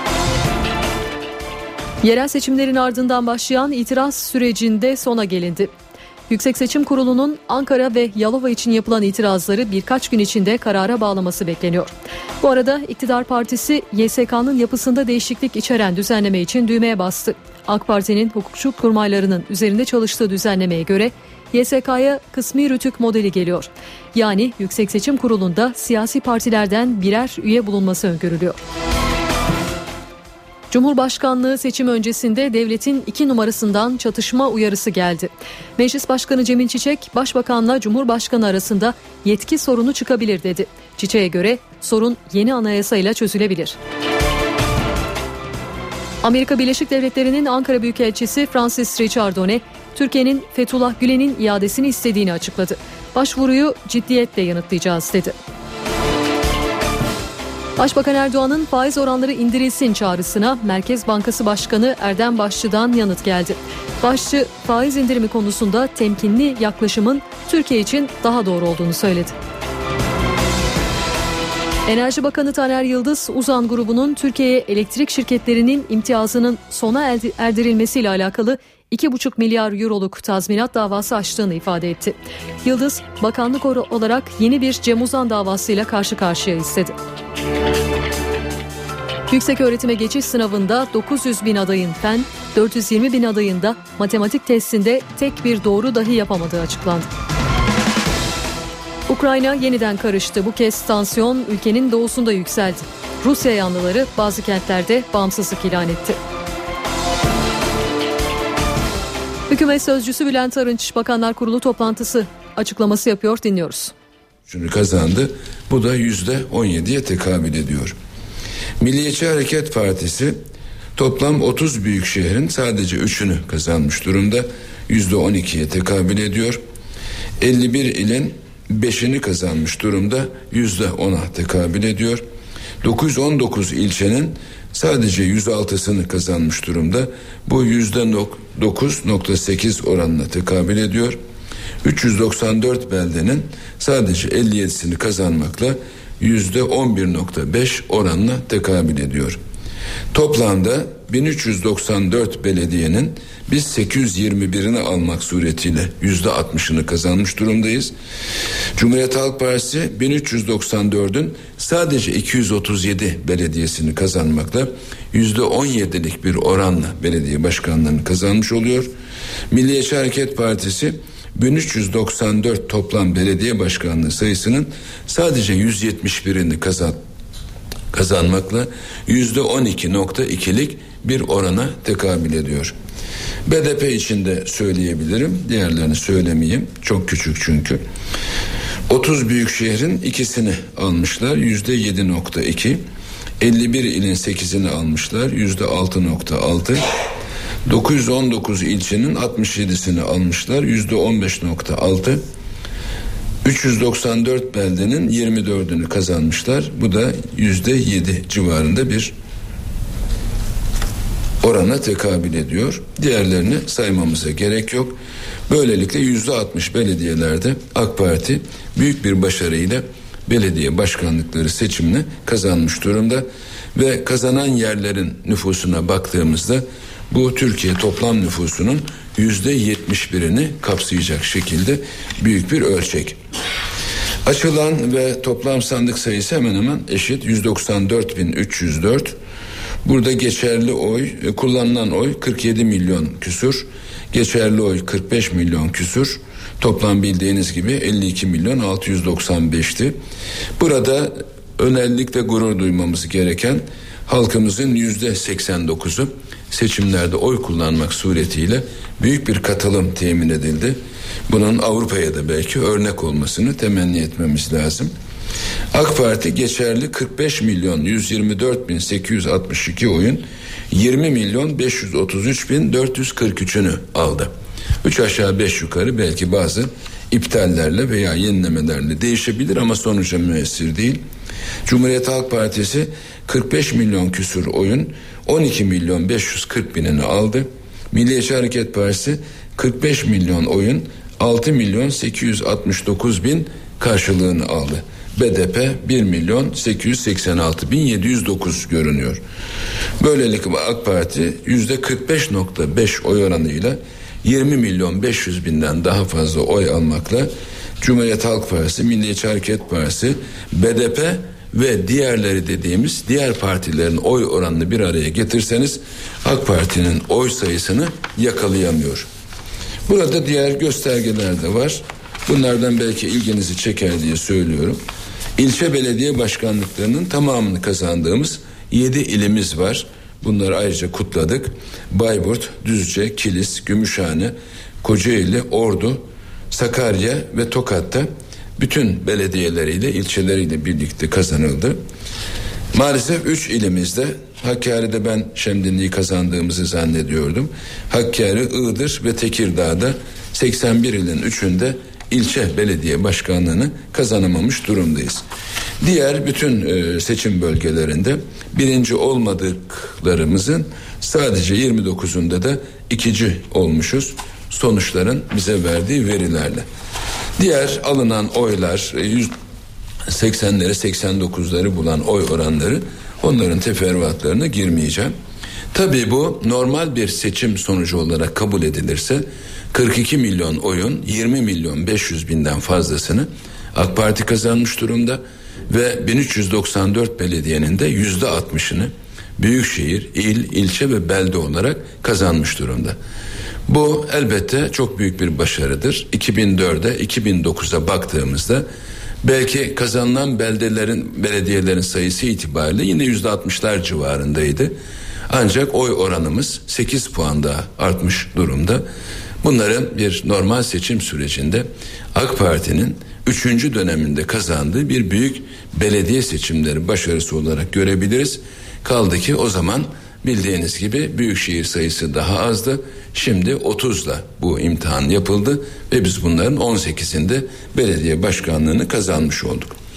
Yerel seçimlerin ardından başlayan itiraz sürecinde sona gelindi. Yüksek Seçim Kurulu'nun Ankara ve Yalova için yapılan itirazları birkaç gün içinde karara bağlaması bekleniyor. Bu arada iktidar partisi Y S K'nın yapısında değişiklik içeren düzenleme için düğmeye bastı. AK Parti'nin hukukçu kurmaylarının üzerinde çalıştığı düzenlemeye göre Y S K'ya kısmi rütük modeli geliyor. Yani Yüksek Seçim Kurulu'nda siyasi partilerden birer üye bulunması öngörülüyor. Cumhurbaşkanlığı seçim öncesinde devletin iki numarasından çatışma uyarısı geldi. Meclis Başkanı Cemil Çiçek, Başbakanla Cumhurbaşkanı arasında yetki sorunu çıkabilir dedi. Çiçek'e göre sorun yeni anayasayla çözülebilir. Amerika Birleşik Devletleri'nin Ankara Büyükelçisi Francis Richardone, Türkiye'nin Fethullah Gülen'in iadesini istediğini açıkladı. Başvuruyu ciddiyetle yanıtlayacağız dedi. Başbakan Erdoğan'ın faiz oranları indirilsin çağrısına Merkez Bankası Başkanı Erdem Başçı'dan yanıt geldi. Başçı, faiz indirimi konusunda temkinli yaklaşımın Türkiye için daha doğru olduğunu söyledi. Enerji Bakanı Taner Yıldız, Uzan grubunun Türkiye'ye elektrik şirketlerinin imtiyazının sona erdirilmesiyle alakalı iki buçuk milyar euroluk tazminat davası açtığını ifade etti. Yıldız, bakanlık olarak yeni bir Cem Uzan davasıyla karşı karşıya istedi. Yükseköğretime geçiş sınavında dokuz yüz bin adayın fen, dört yüz yirmi bin adayın da matematik testinde tek bir doğru dahi yapamadığı açıklandı. Ukrayna yeniden karıştı. Bu kez tansiyon ülkenin doğusunda yükseldi. Rusya yanlıları bazı kentlerde bağımsızlık ilan etti. Hükümet Sözcüsü Bülent Arınç, Bakanlar Kurulu toplantısı açıklaması yapıyor, dinliyoruz. Şunu kazandı. Bu da yüzde on yediye tekabül ediyor. Milliyetçi Hareket Partisi toplam otuz büyük şehrin sadece üçünü kazanmış durumda. yüzde on ikiye tekabül ediyor. elli bir ilin beşini kazanmış durumda. yüzde ona tekabül ediyor. dokuz yüz on dokuz ilçenin sadece yüz altısını kazanmış durumda. Bu yüzde dokuz nokta sekiz oranına tekabül ediyor. üç yüz doksan dört beldenin sadece elli yedisini kazanmakla yüzde on bir nokta beş oranına tekabül ediyor. Toplamda bin üç yüz doksan dört belediyenin biz sekiz yüz yirmi birini almak suretiyle yüzde altmışını kazanmış durumdayız. Cumhuriyet Halk Partisi bin üç yüz doksan dördün sadece iki yüz otuz yedi belediyesini kazanmakla yüzde on yedilik bir oranla belediye başkanlarını kazanmış oluyor. Milliyetçi Hareket Partisi bin üç yüz doksan dört toplam belediye başkanlığı sayısının sadece yüz yetmiş birini kazan kazanmakla yüzde on iki nokta ikilik bir orana tekabül ediyor. B D P için de söyleyebilirim. Diğerlerini söylemeyeyim. Çok küçük çünkü. otuz büyük şehrin ikisini almışlar. yüzde yedi nokta iki. elli bir ilin sekizini almışlar. yüzde altı nokta altı. dokuz yüz on dokuz ilçenin altmış yedisini almışlar. yüzde on beş nokta altı. üç yüz doksan dört beldenin yirmi dördünü kazanmışlar. Bu da yüzde yedi civarında bir orana tekabül ediyor. Diğerlerini saymamıza gerek yok. Böylelikle yüzde altmış belediyelerde AK Parti büyük bir başarıyla belediye başkanlıkları seçimini kazanmış durumda ve kazanan yerlerin nüfusuna baktığımızda bu Türkiye toplam nüfusunun yüzde yetmiş birini kapsayacak şekilde büyük bir ölçek. Açılan ve toplam sandık sayısı hemen hemen eşit yüz doksan dört bin üç yüz dört. Burada geçerli oy, kullanılan oy kırk yedi milyon küsur, geçerli oy kırk beş milyon küsur. Toplam bildiğiniz gibi elli iki milyon altı yüz doksan beşti. Burada özellikle gurur duymamız gereken halkımızın yüzde seksen dokuzu seçimlerde oy kullanmak suretiyle büyük bir katılım temin edildi. Bunun Avrupa'ya da belki örnek olmasını temenni etmemiz lazım. AK Parti geçerli kırk beş milyon yüz yirmi dört bin sekiz yüz altmış iki oyun yirmi milyon beş yüz otuz üç bin dört yüz kırk üçünü aldı. Üç aşağı beş yukarı belki bazı iptallerle veya yenilemelerle değişebilir ama sonuca müessir değil. Cumhuriyet Halk Partisi kırk beş milyon küsur oyun on iki milyon beş yüz kırk binini aldı. Milliyetçi Hareket Partisi kırk beş milyon oyun altı milyon sekiz yüz altmış dokuz bin karşılığını aldı. B D P bir milyon sekiz yüz seksen altı bin yedi yüz dokuz görünüyor. Böylelikle AK Parti yüzde kırk beş nokta beş oy oranıyla yirmi milyon beş yüz binden daha fazla oy almakla Cumhuriyet Halk Partisi, Milliyetçi Hareket Partisi, B D P ve diğerleri dediğimiz diğer partilerin oy oranını bir araya getirseniz AK Parti'nin oy sayısını yakalayamıyor. Burada diğer göstergeler de var. Bunlardan belki ilginizi çeker diye söylüyorum. İlçe belediye başkanlıklarının tamamını kazandığımız yedi ilimiz var. Bunları ayrıca kutladık. Bayburt, Düzce, Kilis, Gümüşhane, Kocaeli, Ordu, Sakarya ve Tokat'ta bütün belediyeleriyle, ilçeleriyle birlikte kazanıldı. Maalesef üç ilimizde, Hakkari'de ben Şemdinli'yi kazandığımızı zannediyordum. Hakkari, Iğdır ve Tekirdağ'da seksen bir ilin üçünde ilçe belediye başkanlığını kazanamamış durumdayız. Diğer bütün e, seçim bölgelerinde birinci olmadıklarımızın sadece yirmi dokuzunda da ikinci olmuşuz. Sonuçların bize verdiği verilerle. Diğer alınan oylar yüz seksenleri seksen dokuzları bulan oy oranları, onların teferruatlarına girmeyeceğim. Tabii bu normal bir seçim sonucu olarak kabul edilirse kırk iki milyon oyun yirmi milyon beş yüz binden fazlasını AK Parti kazanmış durumda ve bin üç yüz doksan dört belediyenin de yüzde altmışını büyükşehir, il, ilçe ve belde olarak kazanmış durumda. Bu elbette çok büyük bir başarıdır. iki bin dörde iki bin dokuza baktığımızda belki kazanılan beldelerin, belediyelerin sayısı itibariyle yine yüzde altmışlar civarındaydı. Ancak oy oranımız sekiz puan daha artmış durumda. Bunları bir normal seçim sürecinde AK Parti'nin üçüncü döneminde kazandığı bir büyük belediye seçimleri başarısı olarak görebiliriz. Kaldı ki o zaman bildiğiniz gibi büyükşehir sayısı daha azdı. Şimdi otuzla bu imtihan yapıldı ve biz bunların on sekizinde belediye başkanlığını kazanmış olduk.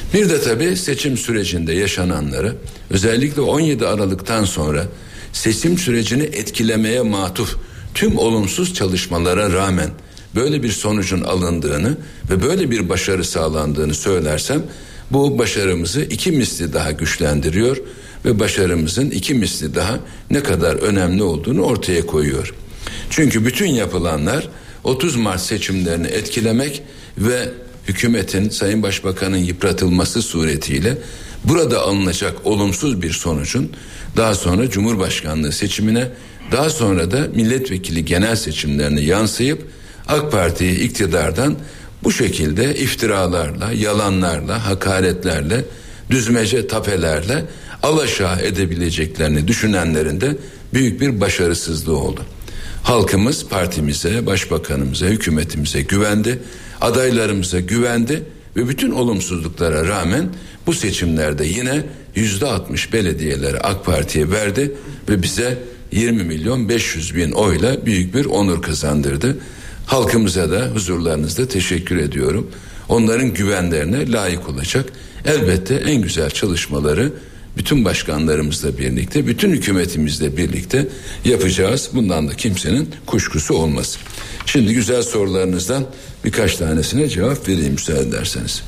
Bir de tabii seçim sürecinde yaşananları, özellikle on yedi Aralık'tan sonra seçim sürecini etkilemeye matuf tüm olumsuz çalışmalara rağmen böyle bir sonucun alındığını ve böyle bir başarı sağlandığını söylersem, bu başarımızı iki misli daha güçlendiriyor ve başarımızın iki misli daha ne kadar önemli olduğunu ortaya koyuyor. Çünkü bütün yapılanlar otuz Mart seçimlerini etkilemek ve hükümetin, Sayın Başbakan'ın yıpratılması suretiyle burada alınacak olumsuz bir sonucun daha sonra Cumhurbaşkanlığı seçimine, daha sonra da milletvekili genel seçimlerine yansıyıp AK Parti'yi iktidardan bu şekilde iftiralarla, yalanlarla, hakaretlerle, düzmece tapelerle alaşağı edebileceklerini düşünenlerin de büyük bir başarısızlığı oldu. Halkımız partimize, başbakanımıza, hükümetimize güvendi, adaylarımıza güvendi ve bütün olumsuzluklara rağmen bu seçimlerde yine yüzde altmış belediyeleri AK Parti'ye verdi ve bize yirmi milyon beş yüz bin oyla büyük bir onur kazandırdı. Halkımıza da huzurlarınızda teşekkür ediyorum. Onların güvenlerine layık olacak elbette en güzel çalışmaları bütün başkanlarımızla birlikte, bütün hükümetimizle birlikte yapacağız. Bundan da kimsenin kuşkusu olmasın. Şimdi güzel sorularınızdan birkaç tanesine cevap vereyim müsaade ederseniz.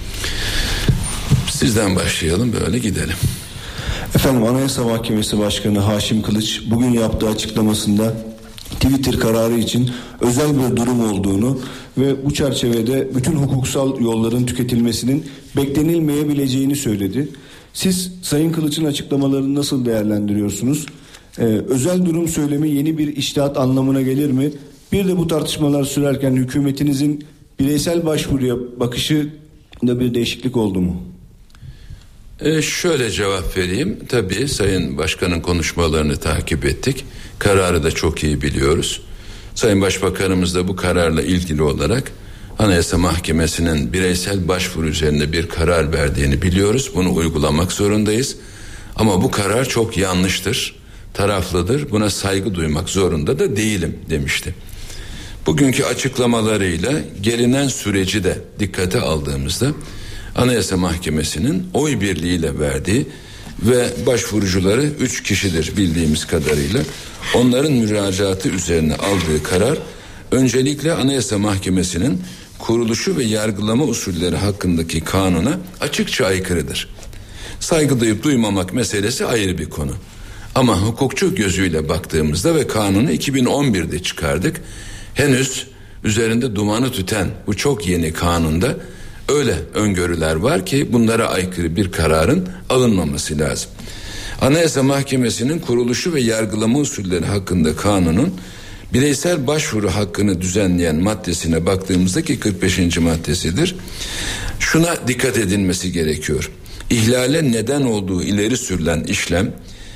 Sizden başlayalım, böyle gidelim. Efendim, Anayasa Mahkemesi Başkanı Haşim Kılıç bugün yaptığı açıklamasında Twitter kararı için özel bir durum olduğunu ve bu çerçevede bütün hukuksal yolların tüketilmesinin beklenilmeyebileceğini söyledi. Siz Sayın Kılıç'ın açıklamalarını nasıl değerlendiriyorsunuz? Ee, özel durum söylemi yeni bir içtihat anlamına gelir mi? Bir de bu tartışmalar sürerken hükümetinizin bireysel başvuruya bakışında bir değişiklik oldu mu? Ee, şöyle cevap vereyim. Tabii Sayın Başkan'ın konuşmalarını takip ettik. Kararı da çok iyi biliyoruz. Sayın Başbakanımız da bu kararla ilgili olarak Anayasa Mahkemesi'nin bireysel başvuru üzerinde bir karar verdiğini biliyoruz. Bunu uygulamak zorundayız. Ama bu karar çok yanlıştır, taraflıdır. Buna saygı duymak zorunda da değilim demişti. Bugünkü açıklamalarıyla gelinen süreci de dikkate aldığımızda Anayasa Mahkemesi'nin oy birliğiyle verdiği ve başvurucuları üç kişidir bildiğimiz kadarıyla, onların müracaatı üzerine aldığı karar öncelikle Anayasa Mahkemesi'nin kuruluşu ve yargılama usulleri hakkındaki kanuna açıkça aykırıdır. Saygı duyup duymamak meselesi ayrı bir konu. Ama hukukçu gözüyle baktığımızda ve kanunu iki bin on birde çıkardık. Henüz üzerinde dumanı tüten bu çok yeni kanunda öyle öngörüler var ki bunlara aykırı bir kararın alınmaması lazım. Anayasa Mahkemesi'nin kuruluşu ve yargılama usulleri hakkında kanunun bireysel başvuru hakkını düzenleyen maddesine baktığımızda ki kırk beşinci maddesidir. Şuna dikkat edilmesi gerekiyor. İhlale neden olduğu ileri sürülen işlem,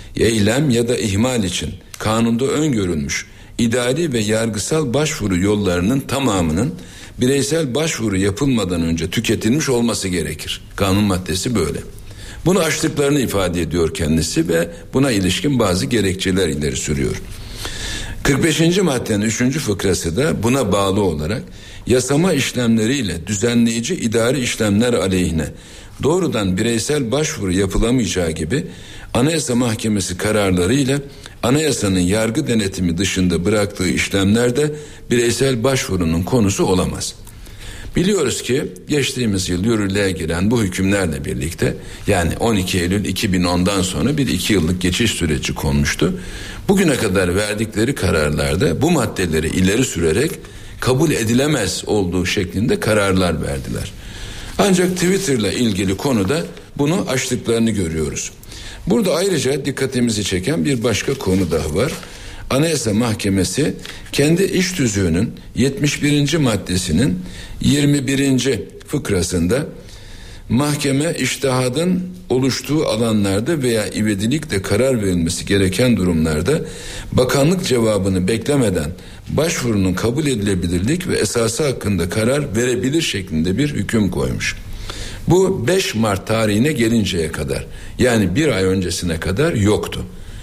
eylem ya da ihmal için kanunda öngörülmüş idari ve yargısal başvuru yollarının tamamının bireysel başvuru yapılmadan önce tüketilmiş olması gerekir. Kanun maddesi böyle. Bunu aştıklarını ifade ediyor kendisi ve buna ilişkin bazı gerekçeler ileri sürüyor. kırk beşinci maddenin üçüncü fıkrası da buna bağlı olarak yasama işlemleriyle düzenleyici idari işlemler aleyhine doğrudan bireysel başvuru yapılamayacağı gibi Anayasa Mahkemesi kararlarıyla anayasanın yargı denetimi dışında bıraktığı işlemlerde bireysel başvurunun konusu olamaz. Biliyoruz ki geçtiğimiz yıl yürürlüğe giren bu hükümlerle birlikte, yani on iki Eylül iki bin ondan sonra bir iki yıllık geçiş süreci konmuştu. Bugüne kadar verdikleri kararlarda bu maddeleri ileri sürerek kabul edilemez olduğu şeklinde kararlar verdiler. Ancak Twitter'la ilgili konuda bunu aştıklarını görüyoruz. Burada ayrıca dikkatimizi çeken bir başka konu daha var. Anayasa Mahkemesi kendi iş tüzüğünün yetmiş birinci maddesinin yirmi birinci fıkrasında mahkeme içtihadın oluştuğu alanlarda veya ivedilikle karar verilmesi gereken durumlarda bakanlık cevabını beklemeden başvurunun kabul edilebilirlik ve esası hakkında karar verebilir şeklinde bir hüküm koymuş. Bu beş Mart tarihine gelinceye kadar, yani bir ay öncesine kadar yoktu.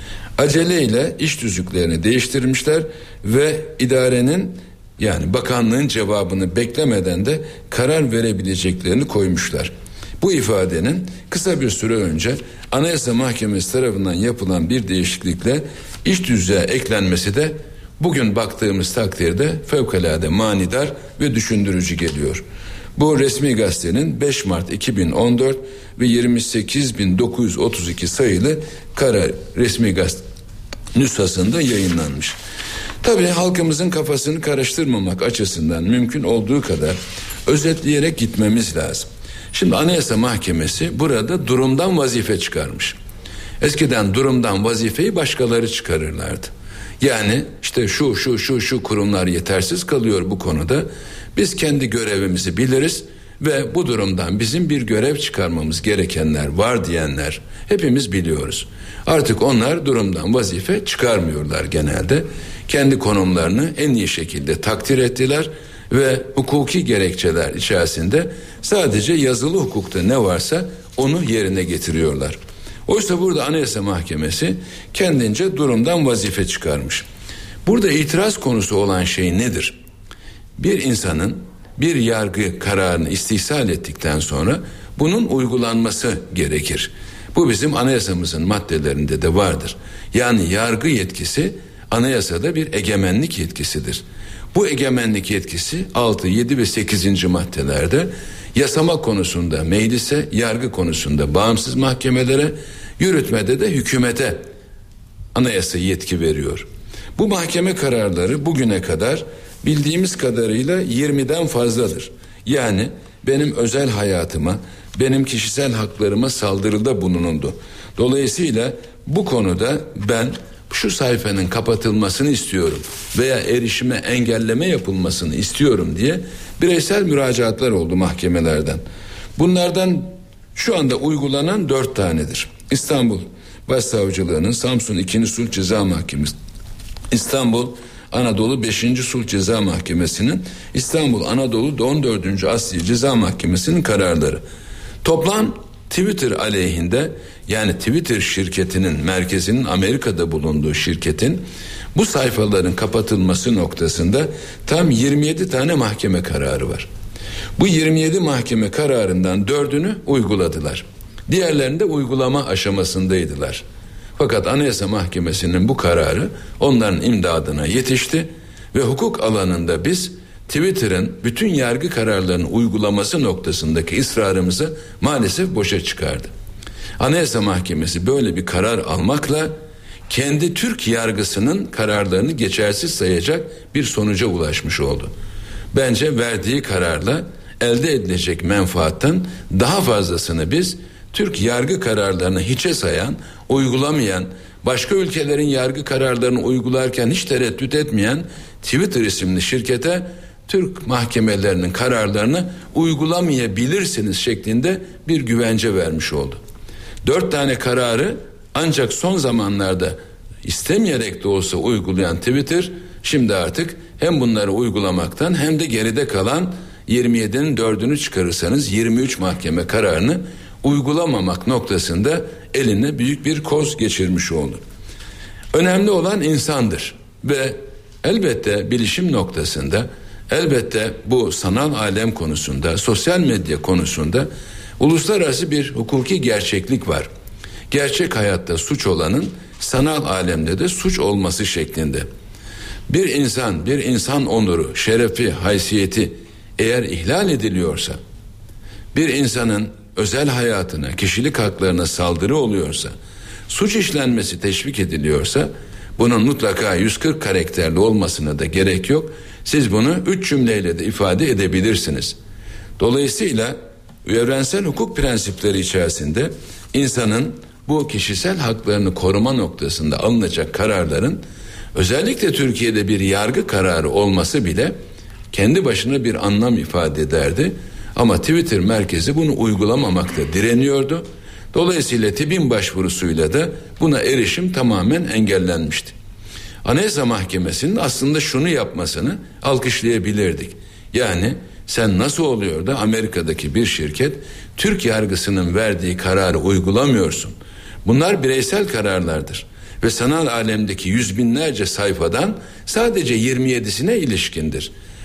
Aceleyle iş tüzüklerini değiştirmişler ve idarenin, yani bakanlığın cevabını beklemeden de karar verebileceklerini koymuşlar. Bu ifadenin kısa bir süre önce Anayasa Mahkemesi tarafından yapılan bir değişiklikle iş tüzüğe eklenmesi de bugün baktığımız takdirde fevkalade manidar ve düşündürücü geliyor. Bu resmi gazetenin beş Mart iki bin on dört ve yirmi sekiz bin dokuz yüz otuz iki sayılı karar resmi gazete nüshasında yayınlanmış. Tabii halkımızın kafasını karıştırmamak açısından mümkün olduğu kadar özetleyerek gitmemiz lazım. Şimdi Anayasa Mahkemesi burada durumdan vazife çıkarmış. Eskiden durumdan vazifeyi başkaları çıkarırlardı. Yani işte şu şu şu şu kurumlar yetersiz kalıyor bu konuda. Biz kendi görevimizi biliriz ve bu durumdan bizim bir görev çıkarmamız gerekenler var diyenler hepimiz biliyoruz. Artık onlar durumdan vazife çıkarmıyorlar genelde. Kendi konumlarını en iyi şekilde takdir ettiler ve hukuki gerekçeler içerisinde sadece yazılı hukukta ne varsa onu yerine getiriyorlar. Oysa burada Anayasa Mahkemesi kendince durumdan vazife çıkarmış. Burada itiraz konusu olan şey nedir? Bir insanın bir yargı kararını istihsal ettikten sonra bunun uygulanması gerekir. Bu bizim anayasamızın maddelerinde de vardır. Yani yargı yetkisi anayasada bir egemenlik yetkisidir. Bu egemenlik yetkisi altı, yedi ve sekizinci maddelerde yasama konusunda meclise, yargı konusunda bağımsız mahkemelere, yürütmede de hükümete anayasa yetki veriyor. Bu mahkeme kararları bugüne kadar bildiğimiz kadarıyla yirmiden fazladır. Yani benim özel hayatıma, benim kişisel haklarıma saldırıda bulunuldu. Dolayısıyla bu konuda ben şu sayfanın kapatılmasını istiyorum veya erişime engelleme yapılmasını istiyorum diye bireysel müracaatlar oldu mahkemelerden. Bunlardan şu anda uygulanan dört tanedir. İstanbul Başsavcılığı'nın Samsun ikinci. Sulh Ceza Mahkemesi, İstanbul Anadolu beşinci. Sulh Ceza Mahkemesi'nin, İstanbul Anadolu on dördüncü. Asliye Ceza Mahkemesi'nin kararları. Toplam Twitter aleyhinde, yani Twitter şirketinin merkezinin Amerika'da bulunduğu şirketin bu sayfaların kapatılması noktasında tam yirmi yedi tane mahkeme kararı var. Bu yirmi yedi mahkeme kararından dördünü uyguladılar. Diğerlerinde uygulama aşamasındaydılar. Fakat Anayasa Mahkemesi'nin bu kararı onların imdadına yetişti ve hukuk alanında biz Twitter'ın bütün yargı kararlarının uygulaması noktasındaki ısrarımızı maalesef boşa çıkardı. Anayasa Mahkemesi böyle bir karar almakla kendi Türk yargısının kararlarını geçersiz sayacak bir sonuca ulaşmış oldu. Bence verdiği kararla elde edilecek menfaattan daha fazlasını biz Türk yargı kararlarını hiçe sayan, uygulamayan, başka ülkelerin yargı kararlarını uygularken hiç tereddüt etmeyen Twitter isimli şirkete Türk mahkemelerinin kararlarını uygulamayabilirsiniz şeklinde bir güvence vermiş oldu. Dört tane kararı ancak son zamanlarda istemeyerek de olsa uygulayan Twitter şimdi artık hem bunları uygulamaktan hem de geride kalan yirmi yedinin dördünü çıkarırsanız yirmi üç mahkeme kararını uygulamamak noktasında eline büyük bir koz geçirmiş oldu. Önemli olan insandır ve elbette bilişim noktasında, elbette bu sanal alem konusunda, sosyal medya konusunda uluslararası bir hukuki gerçeklik var. Gerçek hayatta suç olanın sanal alemde de suç olması şeklinde. Bir insan, bir insan onuru, şerefi, haysiyeti eğer ihlal ediliyorsa, bir insanın özel hayatına, kişilik haklarına saldırı oluyorsa, suç işlenmesi teşvik ediliyorsa, bunun mutlaka yüz kırk karakterli olmasına da gerek yok. Siz bunu üç cümleyle de ifade edebilirsiniz. Dolayısıyla evrensel hukuk prensipleri içerisinde insanın bu kişisel haklarını koruma noktasında alınacak kararların özellikle Türkiye'de bir yargı kararı olması bile kendi başına bir anlam ifade ederdi. Ama Twitter merkezi bunu uygulamamakta direniyordu. Dolayısıyla TİB'in başvurusuyla da buna erişim tamamen engellenmişti. Anayasa Mahkemesi'nin aslında şunu yapmasını alkışlayabilirdik. Yani sen nasıl oluyor da Amerika'daki bir şirket Türk yargısının verdiği kararı uygulamıyorsun? Bunlar bireysel kararlardır ve sanal alemdeki yüz binlerce sayfadan sadece yirmi yedisine ilişkindir.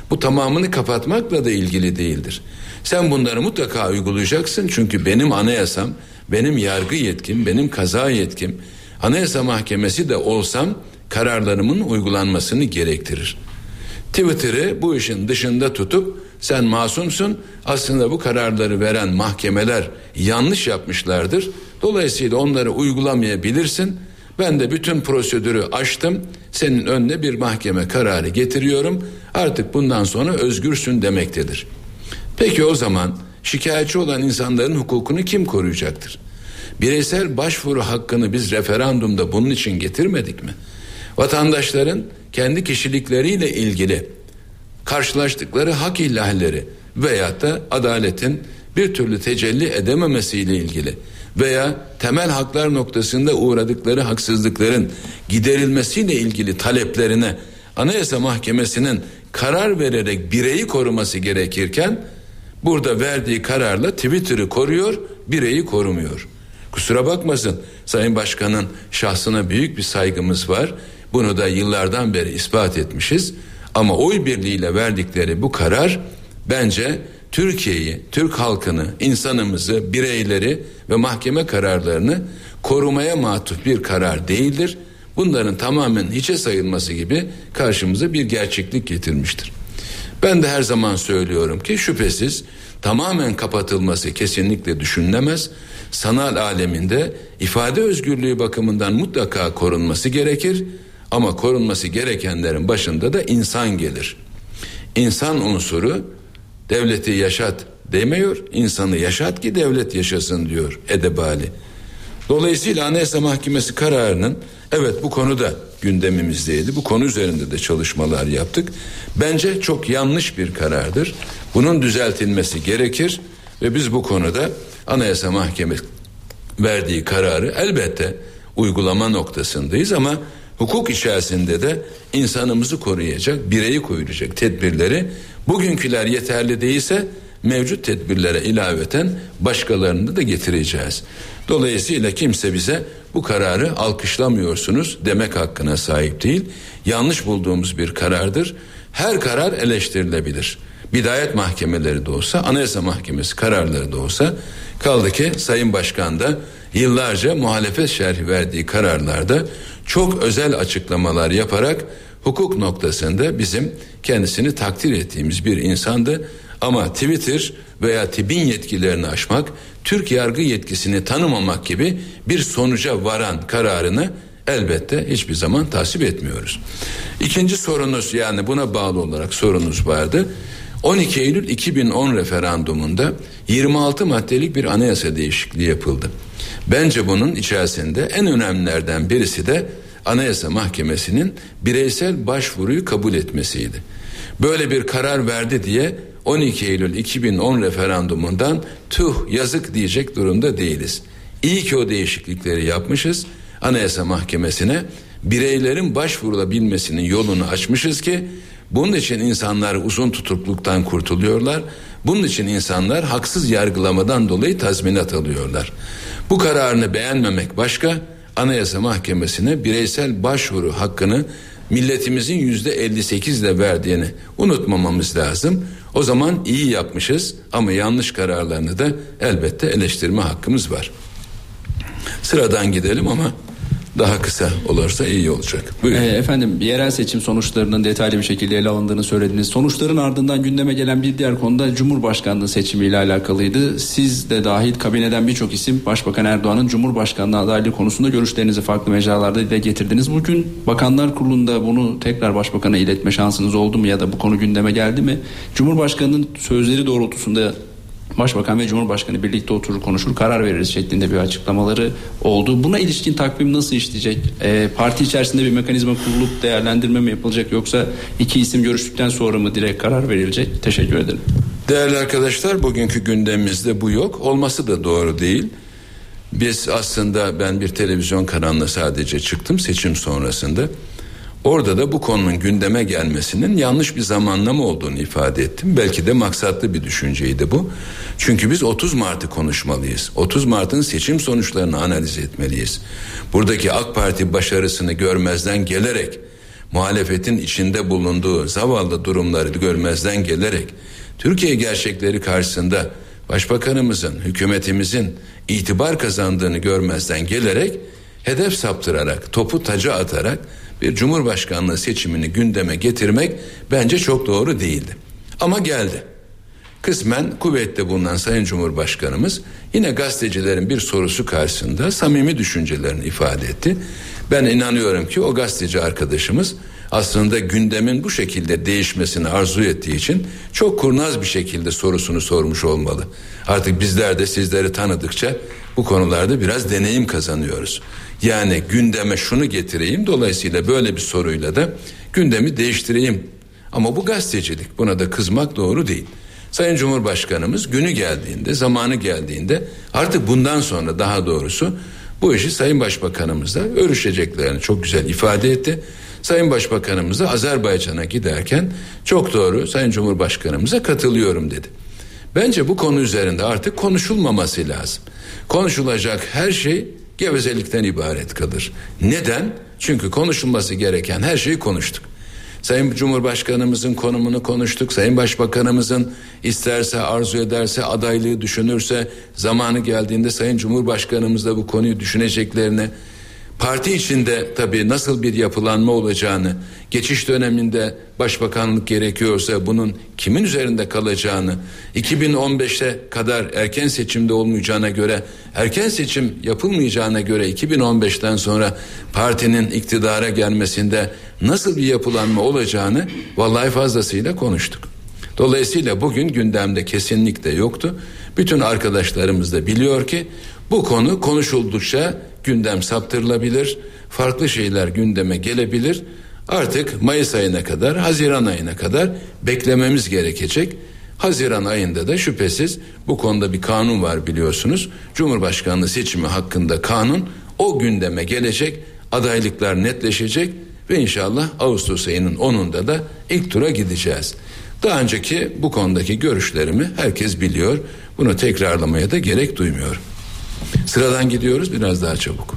Bu tamamını kapatmakla da ilgili değildir. Sen bunları mutlaka uygulayacaksın çünkü benim anayasam, benim yargı yetkim, benim kaza yetkim, Anayasa Mahkemesi de olsam kararlarımın uygulanmasını gerektirir. Twitter'ı bu işin dışında tutup sen masumsun, aslında bu kararları veren mahkemeler yanlış yapmışlardır, dolayısıyla onları uygulamayabilirsin, ben de bütün prosedürü aştım, senin önüne bir mahkeme kararı getiriyorum, artık bundan sonra özgürsün demektedir. Peki o zaman şikayetçi olan insanların hukukunu kim koruyacaktır? Bireysel başvuru hakkını biz referandumda bunun için getirmedik mi? Vatandaşların kendi kişilikleriyle ilgili karşılaştıkları hak ihlalleri veyahut da adaletin bir türlü tecelli edememesiyle ilgili veya temel haklar noktasında uğradıkları haksızlıkların giderilmesiyle ilgili taleplerine Anayasa Mahkemesi'nin karar vererek bireyi koruması gerekirken burada verdiği kararla Twitter'ı koruyor, bireyi korumuyor. Kusura bakmasın, Sayın Başkan'ın şahsına büyük bir saygımız var. Bunu da yıllardan beri ispat etmişiz. Ama oy birliğiyle verdikleri bu karar bence Türkiye'yi, Türk halkını, insanımızı, bireyleri ve mahkeme kararlarını korumaya matuf bir karar değildir. Bunların tamamen hiçe sayılması gibi karşımıza bir gerçeklik getirmiştir. Ben de her zaman söylüyorum ki şüphesiz tamamen kapatılması kesinlikle düşünülemez. Sanal aleminde ifade özgürlüğü bakımından mutlaka korunması gerekir. Ama korunması gerekenlerin başında da insan gelir. İnsan unsuru devleti yaşat demiyor, insanı yaşat ki devlet yaşasın diyor edebali. Dolayısıyla Anayasa Mahkemesi kararının evet bu konuda gündemimizdeydi. Bu konu üzerinde de çalışmalar yaptık. Bence çok yanlış bir karardır. Bunun düzeltilmesi gerekir ve biz bu konuda Anayasa Mahkemesi verdiği kararı elbette uygulama noktasındayız ama hukuk içerisinde de insanımızı koruyacak, bireyi koruyacak tedbirleri bugünküler yeterli değilse mevcut tedbirlere ilaveten başkalarını da getireceğiz. Dolayısıyla kimse bize bu kararı alkışlamıyorsunuz demek hakkına sahip değil. Yanlış bulduğumuz bir karardır. Her karar eleştirilebilir. Bidayet mahkemeleri de olsa, Anayasa Mahkemesi kararları da olsa, kaldı ki Sayın Başkan da yıllarca muhalefet şerhi verdiği kararlarda çok özel açıklamalar yaparak hukuk noktasında bizim kendisini takdir ettiğimiz bir insandı. Ama Twitter veya TİB'in yetkilerini aşmak, Türk yargı yetkisini tanımamak gibi bir sonuca varan kararını elbette hiçbir zaman tasvip etmiyoruz. İkinci sorunuz, yani buna bağlı olarak sorunuz vardı. on iki Eylül iki bin on referandumunda yirmi altı maddelik bir anayasa değişikliği yapıldı. Bence bunun içerisinde en önemlilerden birisi de Anayasa Mahkemesi'nin bireysel başvuruyu kabul etmesiydi. Böyle bir karar verdi diye on iki Eylül iki bin on referandumundan tüh yazık diyecek durumda değiliz. İyi ki o değişiklikleri yapmışız. Anayasa Mahkemesi'ne bireylerin başvurulabilmesinin yolunu açmışız ki bunun için insanlar uzun tutukluktan kurtuluyorlar. Bunun için insanlar haksız yargılamadan dolayı tazminat alıyorlar. Bu kararını beğenmemek başka, Anayasa Mahkemesi'ne bireysel başvuru hakkını milletimizin yüzde elli sekiz ile verdiğini unutmamamız lazım. O zaman iyi yapmışız ama yanlış kararlarını da elbette eleştirme hakkımız var. Sıradan gidelim ama daha kısa olursa iyi olacak. Buyurun. E, efendim yerel seçim sonuçlarının detaylı bir şekilde ele alındığını söylediniz. Sonuçların ardından gündeme gelen bir diğer konuda Cumhurbaşkanlığı seçimiyle alakalıydı. Siz de dahil kabineden birçok isim Başbakan Erdoğan'ın Cumhurbaşkanlığı adaylığı konusunda görüşlerinizi farklı mecralarda dile getirdiniz. Bugün Bakanlar Kurulu'nda bunu tekrar Başbakan'a iletme şansınız oldu mu ya da bu konu gündeme geldi mi? Cumhurbaşkanı'nın sözleri doğrultusunda Başbakan ve Cumhurbaşkanı birlikte oturur konuşur karar veririz şeklinde bir açıklamaları oldu. Buna ilişkin takvim nasıl işleyecek? E, parti içerisinde bir mekanizma kurulup değerlendirme mi yapılacak yoksa iki isim görüştükten sonra mı direkt karar verilecek? Teşekkür ederim. Değerli arkadaşlar, bugünkü gündemimizde bu yok. Olması da doğru değil. Biz aslında ben bir televizyon kanalına sadece çıktım seçim sonrasında. Orada da bu konunun gündeme gelmesinin yanlış bir zamanlama olduğunu ifade ettim. Belki de maksatlı bir düşünceydi bu. Çünkü biz otuz Mart'ı konuşmalıyız. otuz Mart'ın seçim sonuçlarını analiz etmeliyiz. Buradaki AK Parti başarısını görmezden gelerek muhalefetin içinde bulunduğu zavallı durumları görmezden gelerek Türkiye gerçekleri karşısında başbakanımızın, hükümetimizin itibar kazandığını görmezden gelerek hedef saptırarak, topu taca atarak bir cumhurbaşkanlığı seçimini gündeme getirmek bence çok doğru değildi. Ama geldi. Kısmen kuvvette bulunan Sayın Cumhurbaşkanımız yine gazetecilerin bir sorusu karşısında samimi düşüncelerini ifade etti. Ben inanıyorum ki o gazeteci arkadaşımız aslında gündemin bu şekilde değişmesini arzu ettiği için çok kurnaz bir şekilde sorusunu sormuş olmalı. Artık bizler de sizleri tanıdıkça bu konularda biraz deneyim kazanıyoruz. Yani gündeme şunu getireyim, dolayısıyla böyle bir soruyla da gündemi değiştireyim. Ama bu gazetecilik, buna da kızmak doğru değil. Sayın Cumhurbaşkanımız günü geldiğinde, zamanı geldiğinde artık bundan sonra daha doğrusu bu işi Sayın Başbakanımızla örüşeceklerini çok güzel ifade etti. Sayın Başbakanımız da Azerbaycan'a giderken çok doğru, Sayın Cumhurbaşkanımıza katılıyorum dedi. Bence bu konu üzerinde artık konuşulmaması lazım. Konuşulacak her şey gevezelikten ibaret kalır. Neden? Çünkü konuşulması gereken her şeyi konuştuk. Sayın Cumhurbaşkanımızın konumunu konuştuk. Sayın Başbakanımızın isterse, arzu ederse, adaylığı düşünürse, zamanı geldiğinde Sayın Cumhurbaşkanımız da bu konuyu düşüneceklerini, parti içinde tabii nasıl bir yapılanma olacağını, geçiş döneminde başbakanlık gerekiyorsa bunun kimin üzerinde kalacağını, iki bin on beşe kadar erken seçimde olmayacağına göre, erken seçim yapılmayacağına göre iki bin on beşten sonra partinin iktidara gelmesinde nasıl bir yapılanma olacağını vallahi fazlasıyla konuştuk. Dolayısıyla bugün gündemde kesinlikle yoktu. Bütün arkadaşlarımız da biliyor ki bu konu konuşuldukça gündem saptırılabilir, farklı şeyler gündeme gelebilir. Artık Mayıs ayına kadar, Haziran ayına kadar beklememiz gerekecek. Haziran ayında da şüphesiz bu konuda bir kanun var biliyorsunuz. Cumhurbaşkanlığı seçimi hakkında kanun o gündeme gelecek, adaylıklar netleşecek ve inşallah Ağustos ayının onunda da ilk tura gideceğiz. Daha önceki bu konudaki görüşlerimi herkes biliyor. Bunu tekrarlamaya da gerek duymuyorum. Sıradan gidiyoruz biraz daha çabuk.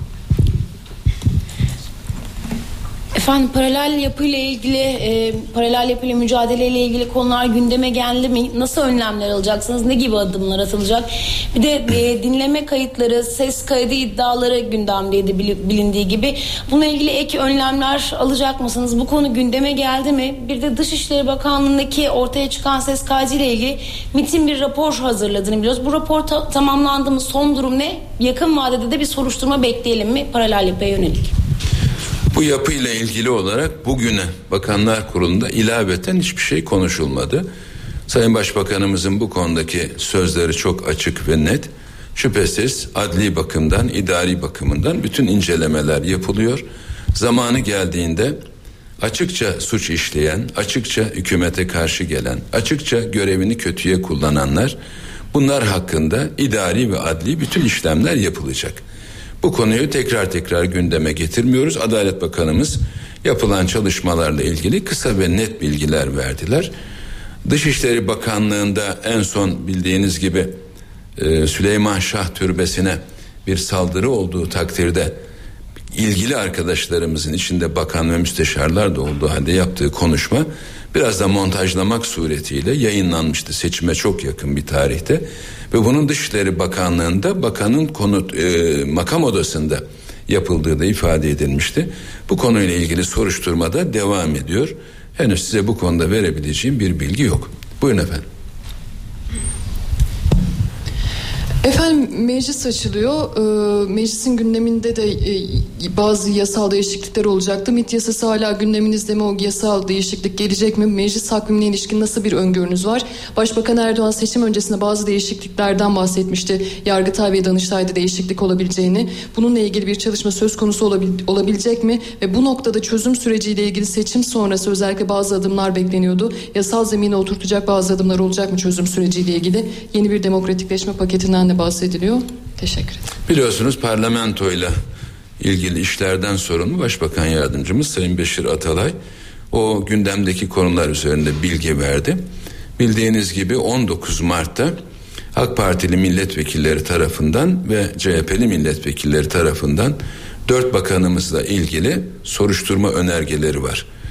Efendim paralel yapıyla ilgili e, paralel yapıyla mücadeleyle ilgili konular gündeme geldi mi? Nasıl önlemler alacaksınız? Ne gibi adımlar atılacak? Bir de e, dinleme kayıtları, ses kaydı iddiaları gündemdeydi bilindiği gibi. Bununla ilgili ek önlemler alacak mısınız? Bu konu gündeme geldi mi? Bir de Dışişleri Bakanlığı'ndaki ortaya çıkan ses kaydı ile ilgili MİT'in bir rapor hazırladığını biliyoruz. Bu rapor ta- tamamlandı mı? Son durum ne? Yakın vadede de bir soruşturma bekleyelim mi paralel yapıya yönelik? Bu yapıyla ilgili olarak bugüne Bakanlar Kurulu'nda ilaveten hiçbir şey konuşulmadı. Sayın Başbakanımızın bu konudaki sözleri çok açık ve net. Şüphesiz adli bakımdan, idari bakımından bütün incelemeler yapılıyor. Zamanı geldiğinde açıkça suç işleyen, açıkça hükümete karşı gelen, açıkça görevini kötüye kullananlar, bunlar hakkında idari ve adli bütün işlemler yapılacak. Bu konuyu tekrar tekrar gündeme getirmiyoruz. Adalet Bakanımız yapılan çalışmalarla ilgili kısa ve net bilgiler verdiler. Dışişleri Bakanlığı'nda en son bildiğiniz gibi e, Süleyman Şah Türbesi'ne bir saldırı olduğu takdirde ilgili arkadaşlarımızın içinde bakan ve müsteşarlar da olduğu halde yaptığı konuşma biraz da montajlamak suretiyle yayınlanmıştı seçime çok yakın bir tarihte ve bunun Dışişleri Bakanlığı'nda bakanın konu e, makam odasında yapıldığı da ifade edilmişti. Bu konuyla ilgili soruşturma da devam ediyor. Henüz size bu konuda verebileceğim bir bilgi yok. Buyurun efendim. Efendim meclis açılıyor. Ee, meclisin gündeminde de e, bazı yasal değişiklikler olacaktı. MİT yasası hala gündeminizde mi? O yasal değişiklik gelecek mi? Meclis takvimine ilişkin nasıl bir öngörünüz var? Başbakan Erdoğan seçim öncesinde bazı değişikliklerden bahsetmişti. Yargıtay ve Danıştay'da değişiklik olabileceğini. Bununla ilgili bir çalışma söz konusu olabil- olabilecek mi? Ve bu noktada çözüm süreciyle ilgili seçim sonrası özellikle bazı adımlar bekleniyordu. Yasal zemine oturtacak bazı adımlar olacak mı çözüm süreciyle ilgili? Yeni bir demokratikleşme paketinden de bahsediliyor. Teşekkür ederim. Biliyorsunuz parlamentoyla ilgili işlerden sorumlu Başbakan Yardımcımız Sayın Beşir Atalay o gündemdeki konular üzerinde bilgi verdi. Bildiğiniz gibi on dokuz Mart'ta AK Partili milletvekilleri tarafından ve C H P'li milletvekilleri tarafından dört bakanımızla ilgili soruşturma önergeleri var.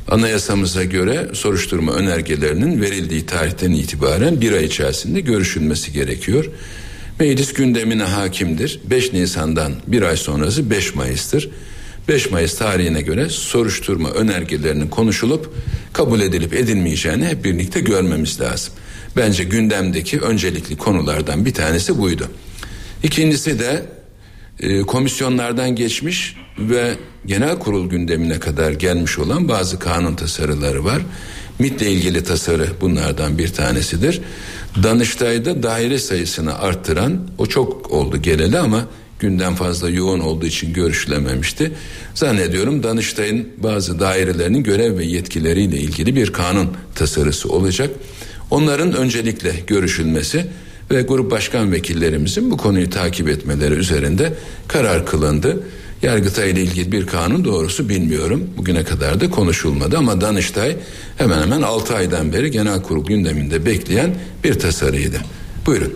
Anayasamıza göre soruşturma önergelerinin verildiği tarihten itibaren bir ay içerisinde görüşülmesi gerekiyor. Meclis gündemine hakimdir. beş Nisan'dan bir ay sonrası beş Mayıs'tır. beş Mayıs tarihine göre soruşturma önergelerinin konuşulup kabul edilip edilmeyeceğini hep birlikte görmemiz lazım. Bence gündemdeki öncelikli konulardan bir tanesi buydu. İkincisi de e, komisyonlardan geçmiş ve genel kurul gündemine kadar gelmiş olan bazı kanun tasarıları var. M İ T ile ilgili tasarı bunlardan bir tanesidir. Danıştay'da daire sayısını arttıran, o çok oldu geleli ama gündem fazla yoğun olduğu için görüşülememişti. Zannediyorum Danıştay'ın bazı dairelerinin görev ve yetkileriyle ilgili bir kanun tasarısı olacak. Onların öncelikle görüşülmesi ve grup başkan vekillerimizin bu konuyu takip etmeleri üzerinde karar kılındı. Yargıtay ile ilgili bir kanun doğrusu bilmiyorum. Bugüne kadar da konuşulmadı ama Danıştay hemen hemen altı aydan beri genel kurul gündeminde bekleyen bir tasarıydı. Buyurun.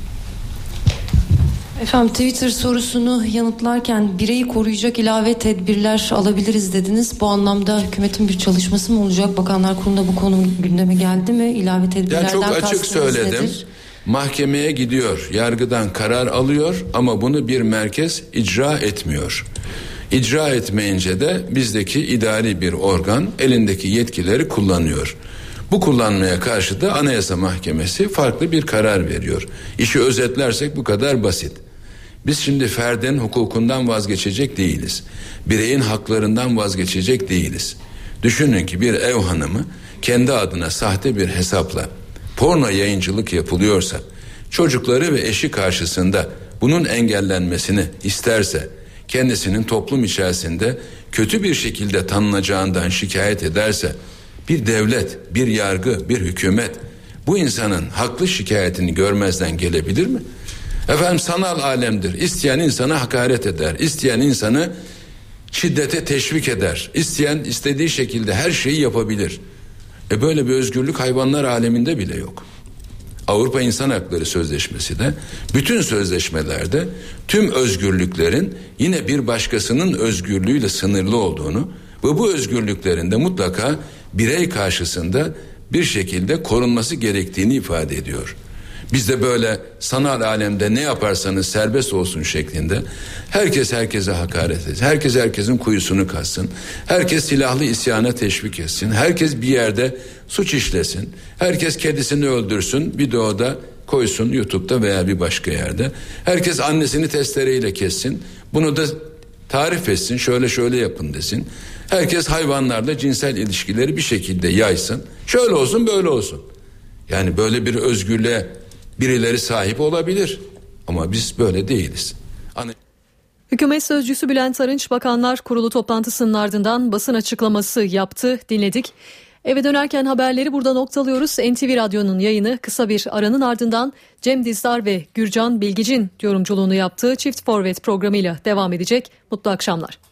Efendim, Twitter sorusunu yanıtlarken bireyi koruyacak ilave tedbirler alabiliriz dediniz. Bu anlamda hükümetin bir çalışması mı olacak? Bakanlar Kurulu'nda bu konu gündeme geldi mi? İlave tedbirlerden ya çok açık kastınız söyledim. nedir? Mahkemeye gidiyor, yargıdan karar alıyor ama bunu bir merkez icra etmiyor. İcra etmeyince de bizdeki idari bir organ elindeki yetkileri kullanıyor. Bu kullanmaya karşı da Anayasa Mahkemesi farklı bir karar veriyor. İşi özetlersek bu kadar basit. Biz şimdi ferdin hukukundan vazgeçecek değiliz. Bireyin haklarından vazgeçecek değiliz. Düşünün ki bir ev hanımı kendi adına sahte bir hesapla porno yayıncılık yapılıyorsa, çocukları ve eşi karşısında bunun engellenmesini isterse, kendisinin toplum içerisinde kötü bir şekilde tanınacağından şikayet ederse, bir devlet, bir yargı, bir hükümet bu insanın haklı şikayetini görmezden gelebilir mi? Efendim, sanal alemdir. İsteyen insana hakaret eder. İsteyen insanı şiddete teşvik eder. İsteyen istediği şekilde her şeyi yapabilir. E böyle bir özgürlük hayvanlar aleminde bile yok. Avrupa İnsan Hakları Sözleşmesi de bütün sözleşmelerde tüm özgürlüklerin yine bir başkasının özgürlüğüyle sınırlı olduğunu ve bu özgürlüklerin de mutlaka birey karşısında bir şekilde korunması gerektiğini ifade ediyor. Biz de böyle sanal alemde ne yaparsanız serbest olsun şeklinde herkes herkese hakaret etsin. Herkes herkesin kuyusunu kazsın. Herkes silahlı isyana teşvik etsin. Herkes bir yerde suç işlesin. Herkes kedisini öldürsün. Videoda koysun YouTube'da veya bir başka yerde. Herkes annesini testereyle kessin. Bunu da tarif etsin. Şöyle şöyle yapın desin. Herkes hayvanlarla cinsel ilişkileri bir şekilde yaysın. Şöyle olsun, böyle olsun. Yani böyle bir özgürlüğe birileri sahip olabilir ama biz böyle değiliz. Hani... Hükümet Sözcüsü Bülent Arınç Bakanlar Kurulu toplantısının ardından basın açıklaması yaptı, dinledik. Eve dönerken haberleri burada noktalıyoruz. N T V Radyo'nun yayını kısa bir aranın ardından Cem Dizdar ve Gürcan Bilgic'in yorumculuğunu yaptığı Çift Forvet programıyla devam edecek. Mutlu akşamlar.